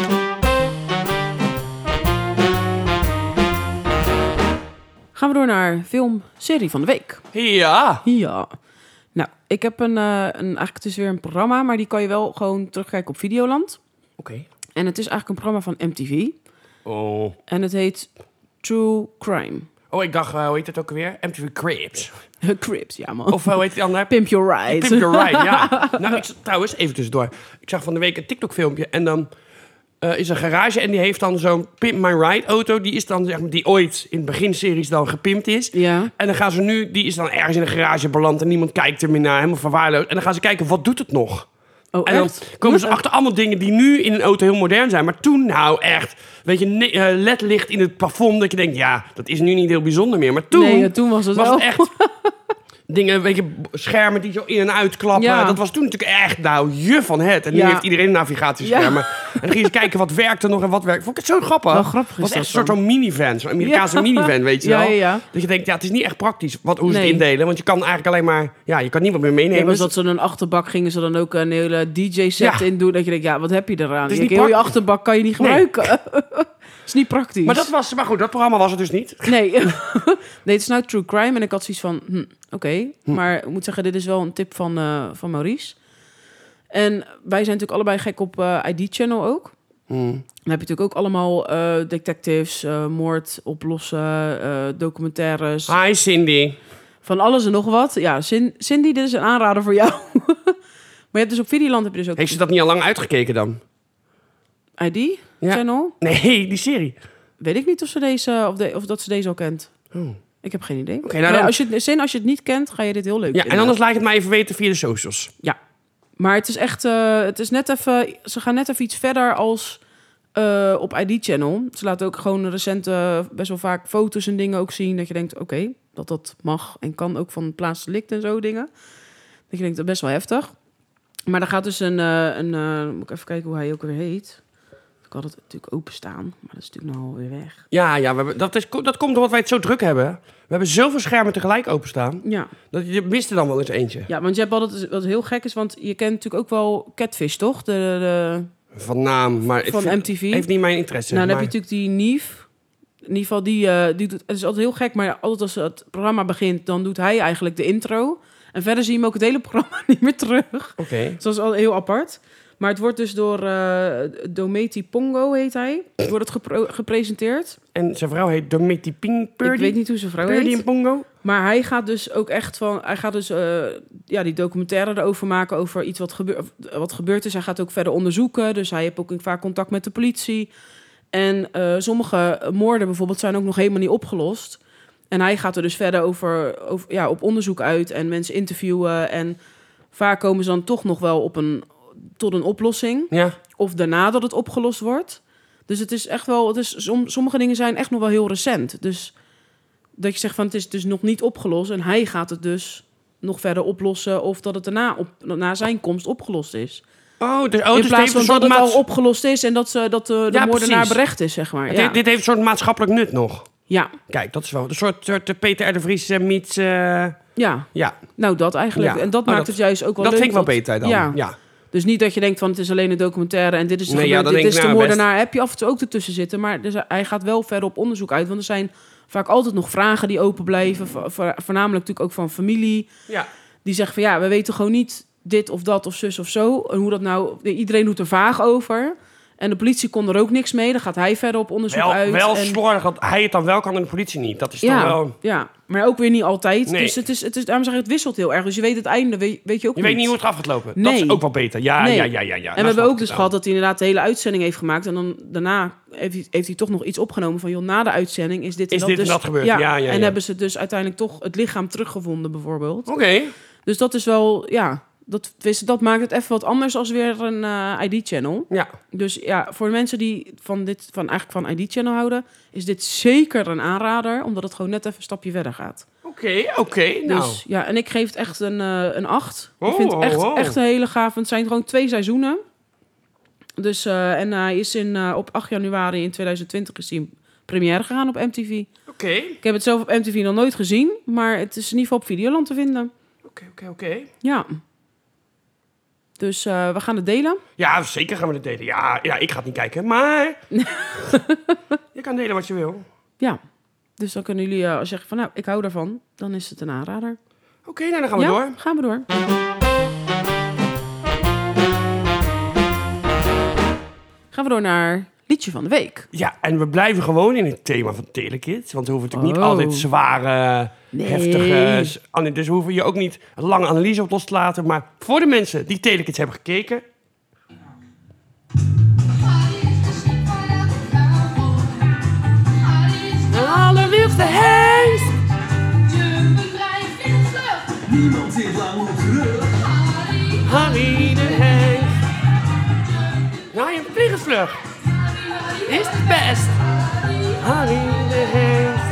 Gaan we door naar filmserie van de week. Ja. Ja. Nou, ik heb eigenlijk het is weer een programma, maar die kan je wel gewoon terugkijken op Videoland. Oké. En het is eigenlijk een programma van MTV. Oh. En het heet True Crime. Oh, ik dacht, hoe heet het ook alweer? MTV Cribs. Crips, ja man. Of hoe heet die andere? Pimp Your Ride. Pimp Your Ride, ja. Nou, trouwens, even tussendoor. Ik zag van de week een TikTok-filmpje en dan is een garage en die heeft dan zo'n Pimp My Ride auto. Die is dan, zeg maar, die ooit in de beginseries dan gepimpt is. Ja. En dan gaan ze nu, die is dan ergens in een garage beland en niemand kijkt er meer naar, helemaal verwaarloosd. En dan gaan ze kijken, wat doet het nog? Oh, En dan echt? komen ze achter allemaal dingen die nu in een auto heel modern zijn. Maar toen nou echt, weet je, ledlicht in het plafond. Dat je denkt, ja, dat is nu niet heel bijzonder meer. Maar toen, Nee, toen was het wel. echt dingen, weet je, schermen die zo in en uit klappen. Ja. Dat was toen natuurlijk echt, nou, je van het. En nu Ja. heeft iedereen navigatieschermen. En dan ging je kijken wat werkte nog en wat werkt. Vond ik het zo grappig. Wel grappig is Het was echt dat een soort dan. van minivan. Zo'n Amerikaanse Ja. minivan, weet je Ja, wel. ja, ja. Dat je denkt, ja, het is niet echt praktisch hoe ze het Nee. indelen. Want je kan eigenlijk alleen maar, ja, je kan niet wat meer meenemen. Ja, maar dat ze een achterbak gingen ze dan ook een hele DJ-set Ja. in doen. Dat je denkt, ja, wat heb je eraan? Het is Je niet heel je praktisch. achterbak kan je niet Nee. gebruiken. is niet praktisch. Maar goed, dat programma was het dus niet. Nee. Nee, het is nou True Crime. En ik had zoiets van, oké. Maar ik moet zeggen, dit is wel een tip van Maurice. En wij zijn natuurlijk allebei gek op ID-channel ook. Dan heb je natuurlijk ook allemaal detectives, moord oplossen, documentaires. Hi Cindy. Van alles en nog wat. Ja, Cindy, dit is een aanrader voor jou. Maar je hebt dus op Videoland heb je dus ook Heeft ze dat niet al lang uitgekeken dan? ID-channel. Nee, die serie. Weet ik niet of ze deze of dat ze deze al kent. Oh. Ik heb geen idee. Oké, nou dan- Als je het niet kent, ga je dit heel leuk Ja, vinden. en anders laat je het maar even weten via de socials. Ja, maar het is echt... het is net even... Ze gaan net even iets verder als op ID Channel. Ze laten ook gewoon recente best wel vaak foto's en dingen ook zien. Dat je denkt, oké, dat mag en kan ook van plaatsdelict en zo dingen. Dat je denkt, dat is best wel heftig. Maar er gaat dus moet ik even kijken hoe hij ook weer heet. Ik had het natuurlijk openstaan, maar dat is natuurlijk nou alweer weg. Ja, dat komt omdat wij het zo druk hebben. We hebben zoveel schermen tegelijk openstaan. Ja. Dat je mist er dan wel eens eentje. Ja, want je hebt altijd, wat heel gek is, want je kent natuurlijk ook wel Catfish, toch? De Van naam, maar van MTV. heeft niet mijn interesse. Nou, dan maar... heb je natuurlijk die Nief. In ieder geval, die doet... Het is altijd heel gek, maar altijd als het programma begint... dan doet hij eigenlijk de intro. En verder zie je hem ook het hele programma niet meer terug. Oké. Dus dat is al heel apart. Maar het wordt dus door Dometi Pongo, heet hij. Wordt het gepresenteerd. En zijn vrouw heet Dometi Ping Purdy. Ik weet niet hoe zijn vrouw Purdy heet. en Pongo. Maar hij gaat dus ook echt van... Hij gaat dus die documentaire erover maken... over iets wat gebeurd is. Hij gaat ook verder onderzoeken. Dus hij heeft ook vaak contact met de politie. En sommige moorden bijvoorbeeld zijn ook nog helemaal niet opgelost. En hij gaat er dus verder over op onderzoek uit... en mensen interviewen. En vaak komen ze dan toch nog wel tot een oplossing. Ja. Of daarna dat het opgelost wordt. Dus het is echt wel... sommige dingen zijn echt nog wel heel recent. Dus... Dat je zegt van het is dus nog niet opgelost. En hij gaat het dus nog verder oplossen. Of dat het na zijn komst opgelost is. In In plaats van dat het al opgelost is. En dat de moordenaar precies. berecht is, zeg maar. Ja. Dit heeft een soort maatschappelijk nut nog. Ja. Kijk, dat is wel een soort Peter R. de Vries meets... Ja. Ja. Nou, dat eigenlijk. Ja. En dat maakt het juist ook wel dat leuk. vind ik wel beter dan. Ja. Dus niet dat je denkt van het is alleen een documentaire... en dit is, Nee, dit is de best. moordenaar. Heb je af en toe ook ertussen zitten. Maar hij gaat wel verder op onderzoek uit. Want er zijn vaak altijd nog vragen die open blijven. Voornamelijk natuurlijk ook van familie. Ja. Die zeggen van ja, we weten gewoon niet dit of dat of zus of zo. En hoe dat nou... Iedereen doet er vaag over. En de politie kon er ook niks mee. Dan gaat hij verder op onderzoek uit. Wel en... slordig dat hij het dan wel kan en de politie niet. Dat is toch wel... Ja, maar ook weer niet altijd. Nee. Dus het is, daarom zeg ik, het wisselt heel erg. Dus je weet het einde, weet je ook Je niet. weet niet hoe het af gaat lopen. Dat Nee. is ook wel beter. Ja. Nee. Ja. En we hebben ook dus gehad dat hij inderdaad de hele uitzending heeft gemaakt. En dan daarna heeft hij toch nog iets opgenomen van... joh, na de uitzending is dit en dat. Dit en dat gebeurd. Ja. En hebben ze dus uiteindelijk toch het lichaam teruggevonden bijvoorbeeld. Oké. Dus dat is wel, ja... Dat maakt het even wat anders als weer een ID-channel. Ja. Dus ja, voor de mensen die van ID-channel houden... is dit zeker een aanrader, omdat het gewoon net even een stapje verder gaat. Oké. Nou. Dus ja, en ik geef het echt een 8. Ik vind het echt een hele gaaf. Het zijn gewoon 2 seizoenen. Dus, en hij is op 8 januari in 2020 is hij in première gegaan op MTV. Oké. Ik heb het zelf op MTV nog nooit gezien, maar het is in ieder geval op Videoland te vinden. Oké. Ja. Dus we gaan het delen. Ja, zeker gaan we het delen. Ja, ik ga het niet kijken, maar... je kan delen wat je wil. Ja. Dus dan kunnen jullie zeggen van, nou, ik hou daarvan. Dan is het een aanrader. Oké, nou, dan gaan we door. Gaan we door. Gaan we door naar liedje van de week. Ja, en we blijven gewoon in het thema van Telekids. Want we hoeven natuurlijk niet altijd zware, heftige... Dus we hoeven je ook niet een lange analyse op los te laten. Maar voor de mensen die Telekids hebben gekeken... Allerwilste hengst! Je bedrijf is vlug. Niemand zit lang op terug. Harry de hengst. Nou, je vliegensvlug. Is het best. Harry de hengst.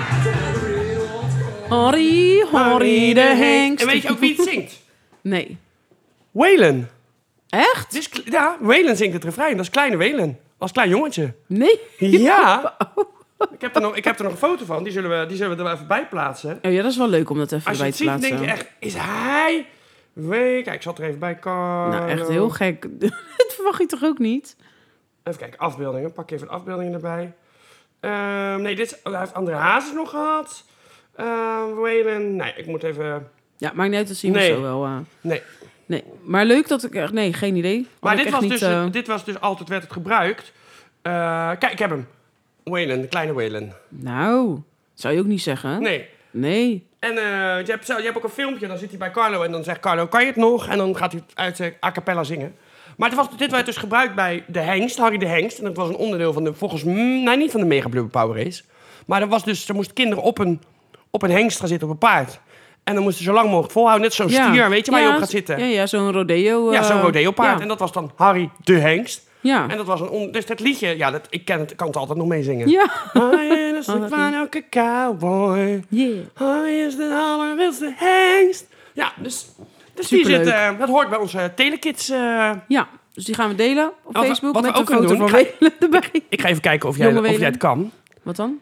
Harry de hengst. En weet je ook wie het zingt? Nee. Waylon. Echt? Dus, ja, Waylon zingt het refrein. Dat is kleine Waylon. Als klein jongetje. Nee. Ja. Ik heb er nog een foto van. Die zullen we er wel even bij plaatsen. Oh ja, dat is wel leuk om dat even Als je bij het te ziet, plaatsen. denk je echt... Is hij... Kijk, ik zal er even bij komen. Nou, echt heel gek. Dat verwacht je toch ook niet? Even kijken, afbeeldingen. Pak even de afbeeldingen erbij. Nee, hij heeft André Hazes nog gehad. Waylon... Nee, ik moet even... Ja, maakt niet uit, dat zien we Nee. zo wel. Nee. Maar leuk dat ik... Nee, geen idee. Maar Had ik echt niet, dit was dus altijd werd het gebruikt. Kijk, ik heb hem. Waylon, de kleine Waylon. Nou, zou je ook niet zeggen. Nee. Nee. En je hebt ook een filmpje, dan zit hij bij Carlo en dan zegt Carlo, kan je het nog? En dan gaat hij uit a cappella zingen. Maar dit werd dus gebruikt bij de hengst, Harry de hengst. En dat was een onderdeel van niet van de Mega Blubber Power Race. Maar er moesten kinderen op op een hengst gaan zitten op een paard. En dan moest je zo lang mogelijk volhouden. Net zo'n stier, weet je, waar je op gaat zitten. Ja, zo'n rodeo. Ja, zo'n rodeo-paard. Ja. En dat was dan Harry de hengst. Ja. En dat was dus dat liedje, ja, ik kan het altijd nog meezingen. Ja. Harry is de van elke cowboy. Yeah. Harry is de allerwildste hengst. Ja, dus die Superleuk. zit, dat hoort bij onze Telekids. Ja, dus die gaan we delen op Wat we- Facebook wat we met ook een foto kunnen van doen, Welen erbij. Ik ga even kijken of Jonge jij Welen. het kan. Wat dan?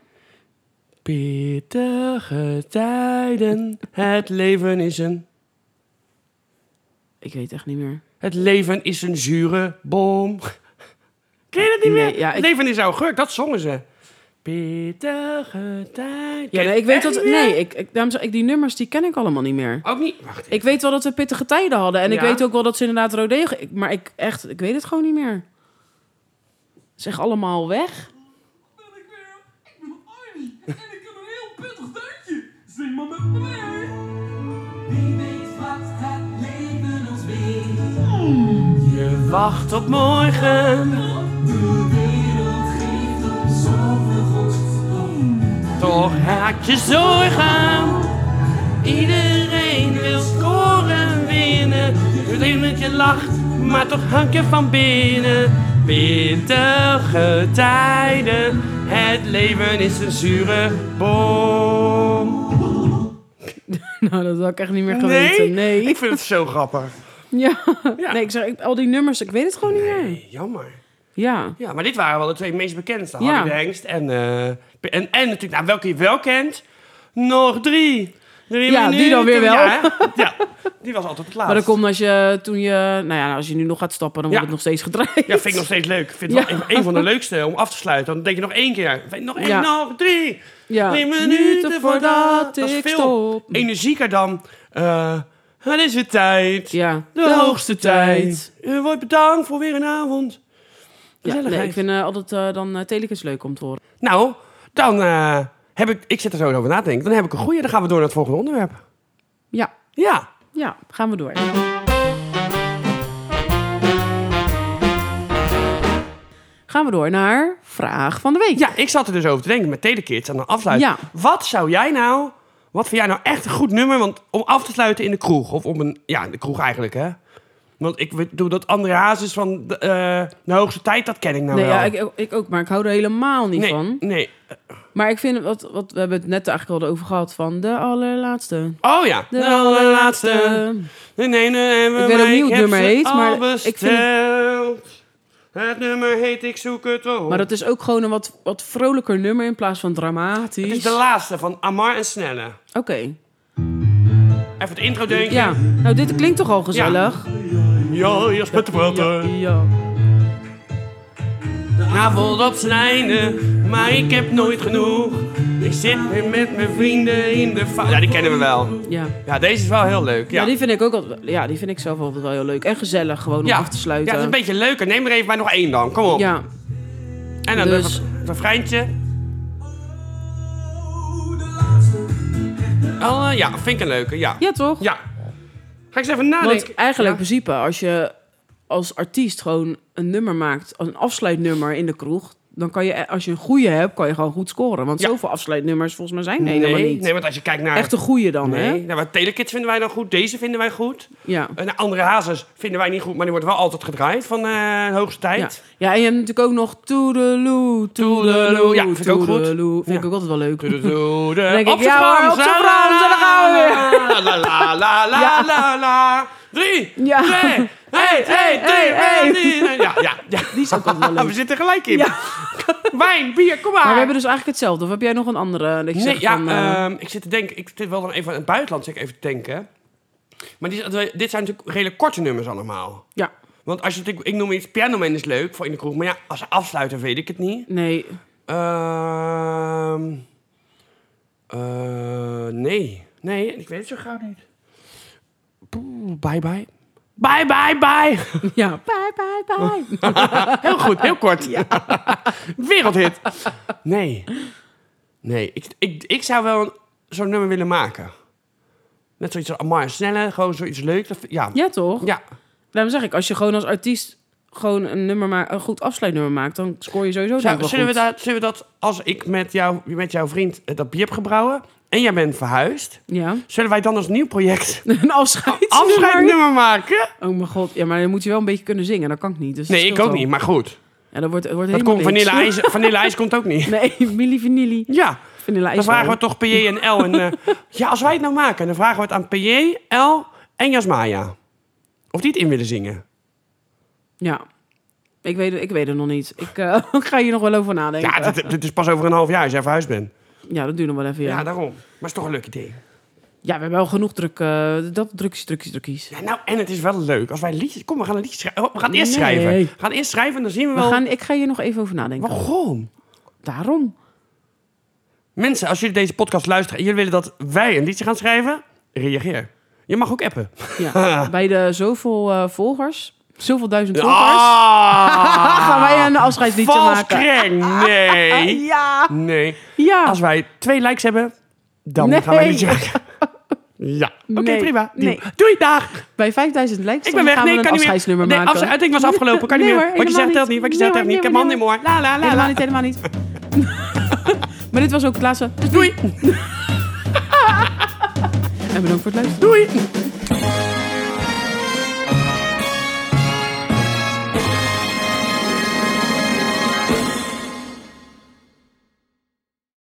Pittige tijden, het leven is een... Ik weet echt niet meer. Het leven is een zure bom. Ken je dat niet Nee, meer? ja, Het leven is augurk, dat zongen ze. Pittige tijd. Ja, nee, ik weet dat... Nee, daarom zeg ik, die nummers die ken ik allemaal niet meer. Ook niet? Wacht even. Ik weet wel dat we pittige tijden hadden. En ik Ja. weet ook wel dat ze inderdaad rodeo... Maar ik weet het gewoon niet meer. Zeg allemaal weg. Ben ik weer. Ik ben Arnie. En ik heb een heel pittig deuntje. Zing maar met me mee. Wie weet wat het leven ons biedt. Je wacht op morgen. De wereld geeft ons zoveel gunst. Toch haak je zorgen. Iedereen wil scoren, winnen. Iedereen met je lacht, maar toch hangt je van binnen. Pittige tijden, het leven is een zure bom. Nou, dat had ik echt niet meer geweten. Nee. Ik vind het zo grappig. Ja. Ja. Nee, ik zeg, al die nummers, ik weet het gewoon niet meer. Jammer. Ja. Ja, maar dit waren wel de twee meest bekendste. Ja. Harry de Hengst en natuurlijk, nou, welke je wel kent, nog drie. Ja, die dan weer wel. Ja, hè? Ja, die was altijd het laatst. Maar dat komt als je nu nog gaat stappen, dan Ja. wordt het nog steeds gedraaid. Ja, vind ik nog steeds leuk. Ik vind het wel een van de leukste om af te sluiten. Dan denk je nog één keer. Nog één, Ja. nog drie. Ja. 3 minuten voordat ik dat is veel stop. energieker dan... het is weer tijd. Ja. De hoogste tijd. U wordt bedankt voor weer een avond. Ja, Gezelligheid. nee, ik vind altijd dan Telekids leuk om te horen. Nou, dan heb ik... Ik zit er zo over na te denken. Dan heb ik een goeie. Dan gaan we door naar het volgende onderwerp. Ja. Ja. Ja, gaan we door. Gaan we door naar vraag van de week. Ja, ik zat er dus over te denken met Telekids en dan afsluiten. Ja. Wat vind jij nou echt een goed nummer om af te sluiten in de kroeg? Of op in de kroeg eigenlijk, hè? Want ik doe dat André Hazes van de hoogste tijd, dat ken ik nou Nee, wel. ja, ik ook, maar ik hou er helemaal niet van. Nee. Maar ik vind, wat we hebben het net eigenlijk al over gehad, van de allerlaatste. Oh ja, De allerlaatste. Nee, Ik weet ook niet hoe het nummer heet, maar ik vind Het nummer heet Ik zoek het op. Maar dat is ook gewoon een wat vrolijker nummer in plaats van dramatisch. Het is de laatste van Amar en Snelle. Oké. Even het intro-deuntje. Ja. Nou, dit klinkt toch al gezellig? Ja, eerst met de praten. Ja. De avond op zijn einde, maar ik heb nooit genoeg. Ik zit weer met mijn vrienden in de Ja, die kennen we wel. Ja. Ja, deze is wel heel leuk. Ja, Ja, die vind ik ook altijd, ja, die vind ik zelf altijd wel heel leuk. En gezellig, gewoon om af te ja, sluiten. het is een beetje leuker. Neem er even bij nog één dan. Kom op. Ja. En dan Dus- een refreintje. Ja, vind ik een leuke. Ja. Ja, toch? Ja. Ga ik eens even nadenken. Want eigenlijk in Ja. principe, als je als artiest gewoon een nummer maakt, als een afsluitnummer in de kroeg, dan kan je, als je een goede hebt, kan je gewoon goed scoren. Want Ja. zoveel afsluitnummers volgens mij zijn er helemaal niet. Nee, want als je kijkt naar... Echt een goede dan, Nee, hè? nou, wat Telekids vinden wij dan goed. Deze vinden wij goed. Ja. En andere Hazes vinden wij niet goed, maar die wordt wel altijd gedraaid van de hoogste Ja. tijd. Ja, en je hebt natuurlijk ook nog Toedeloe, Toedeloe. Ja, vind ik ook goed. Toedeloe. Vind ik Ja. ook altijd wel leuk. Denk ik, ja hoor, op z'n Frans, en dan gaan we weer. La la la la la la. 3, Ja. 2, hey. Ja. Die is ook altijd wel leuk. We zitten gelijk in. Ja. Wijn, bier, kom maar. Maar we hebben dus eigenlijk hetzelfde. Of heb jij nog een andere? Dat je Nee, zegt ja, van, ik zit te denken. Ik zit wel dan even aan het buitenland, zit ik even te denken. Maar dit zijn natuurlijk redelijk korte nummers allemaal. ja, Want als je natuurlijk, ik noem iets, Piano Man is leuk voor in de kroeg. Maar ja, als ze afsluiten weet ik het niet. nee. Nee, ik weet het zo gauw niet. Bye. Bye. Ja, bye. Heel goed, heel kort. Wereldhit. Nee, ik zou wel zo'n nummer willen maken. Net zoiets als Amar en Snelle, gewoon zoiets leuks. Ja. Ja, toch? Ja. Daarom zeg ik, als je gewoon als artiest gewoon een nummer een goed afsluitnummer maakt, dan scoor je sowieso denk ik wel Zullen goed. we dat als ik met jouw vriend dat bier heb gebrouwen en jij bent verhuisd. Ja. Zullen wij dan als nieuw project Een afscheid. afscheidnummer maken? Oh mijn god. Ja, maar dan moet je wel een beetje kunnen zingen. Dat kan ik niet. Dus dat Nee, ik scheelt ook al. niet, maar goed. Ja, dat wordt Dat helemaal komt niks. vanille-ijs komt ook niet. Nee, Milli Vanilli. Ja, Vanilla dan ijs. vragen we toch PJ en L. En, ja, als wij het nou maken, dan vragen we het aan PJ, L en Jasmaya. Of die het in willen zingen. Ja. Ik weet het nog niet. Ik ga hier nog wel over nadenken. Ja, dit is pas over een half jaar als jij verhuisd bent. Ja, dat duurt nog wel even, Ja, ja. daarom. Maar het is toch een leuk idee. Ja, we hebben wel genoeg drukjes. Ja, nou, en het is wel leuk. Als wij liedjes... Kom, we gaan een liedje schrijven. Oh, we gaan eerst Nee. schrijven. We gaan eerst schrijven en dan zien we wel... Ik ga hier nog even over nadenken. Waarom? Daarom. Mensen, als jullie deze podcast luisteren en jullie willen dat wij een liedje gaan schrijven, reageer. Je mag ook appen. Ja. Bij de zoveel volgers, zoveel duizend volgers, gaan wij een afscheidsliedje Vals maken. kreng. Nee. Ja. Nee. Ja. Als wij 2 likes hebben, dan Nee. gaan wij een liedje maken. Ja. Oké, Nee. prima. Nee. Doei, dag. Bij 5000 likes Ik ben weg. gaan Nee, we kan een niet meer. afscheidsnummer Nee, maken. uiting was afgelopen. Kan niet Nee, meer. hoor, Wat je zegt helemaal telt niet. Wat je zegt telt niet. Ik heb mijn hand in mijn oor. La. Helemaal niet. Maar dit was ook het laatste. Doei. En bedankt voor het luisteren. Doei.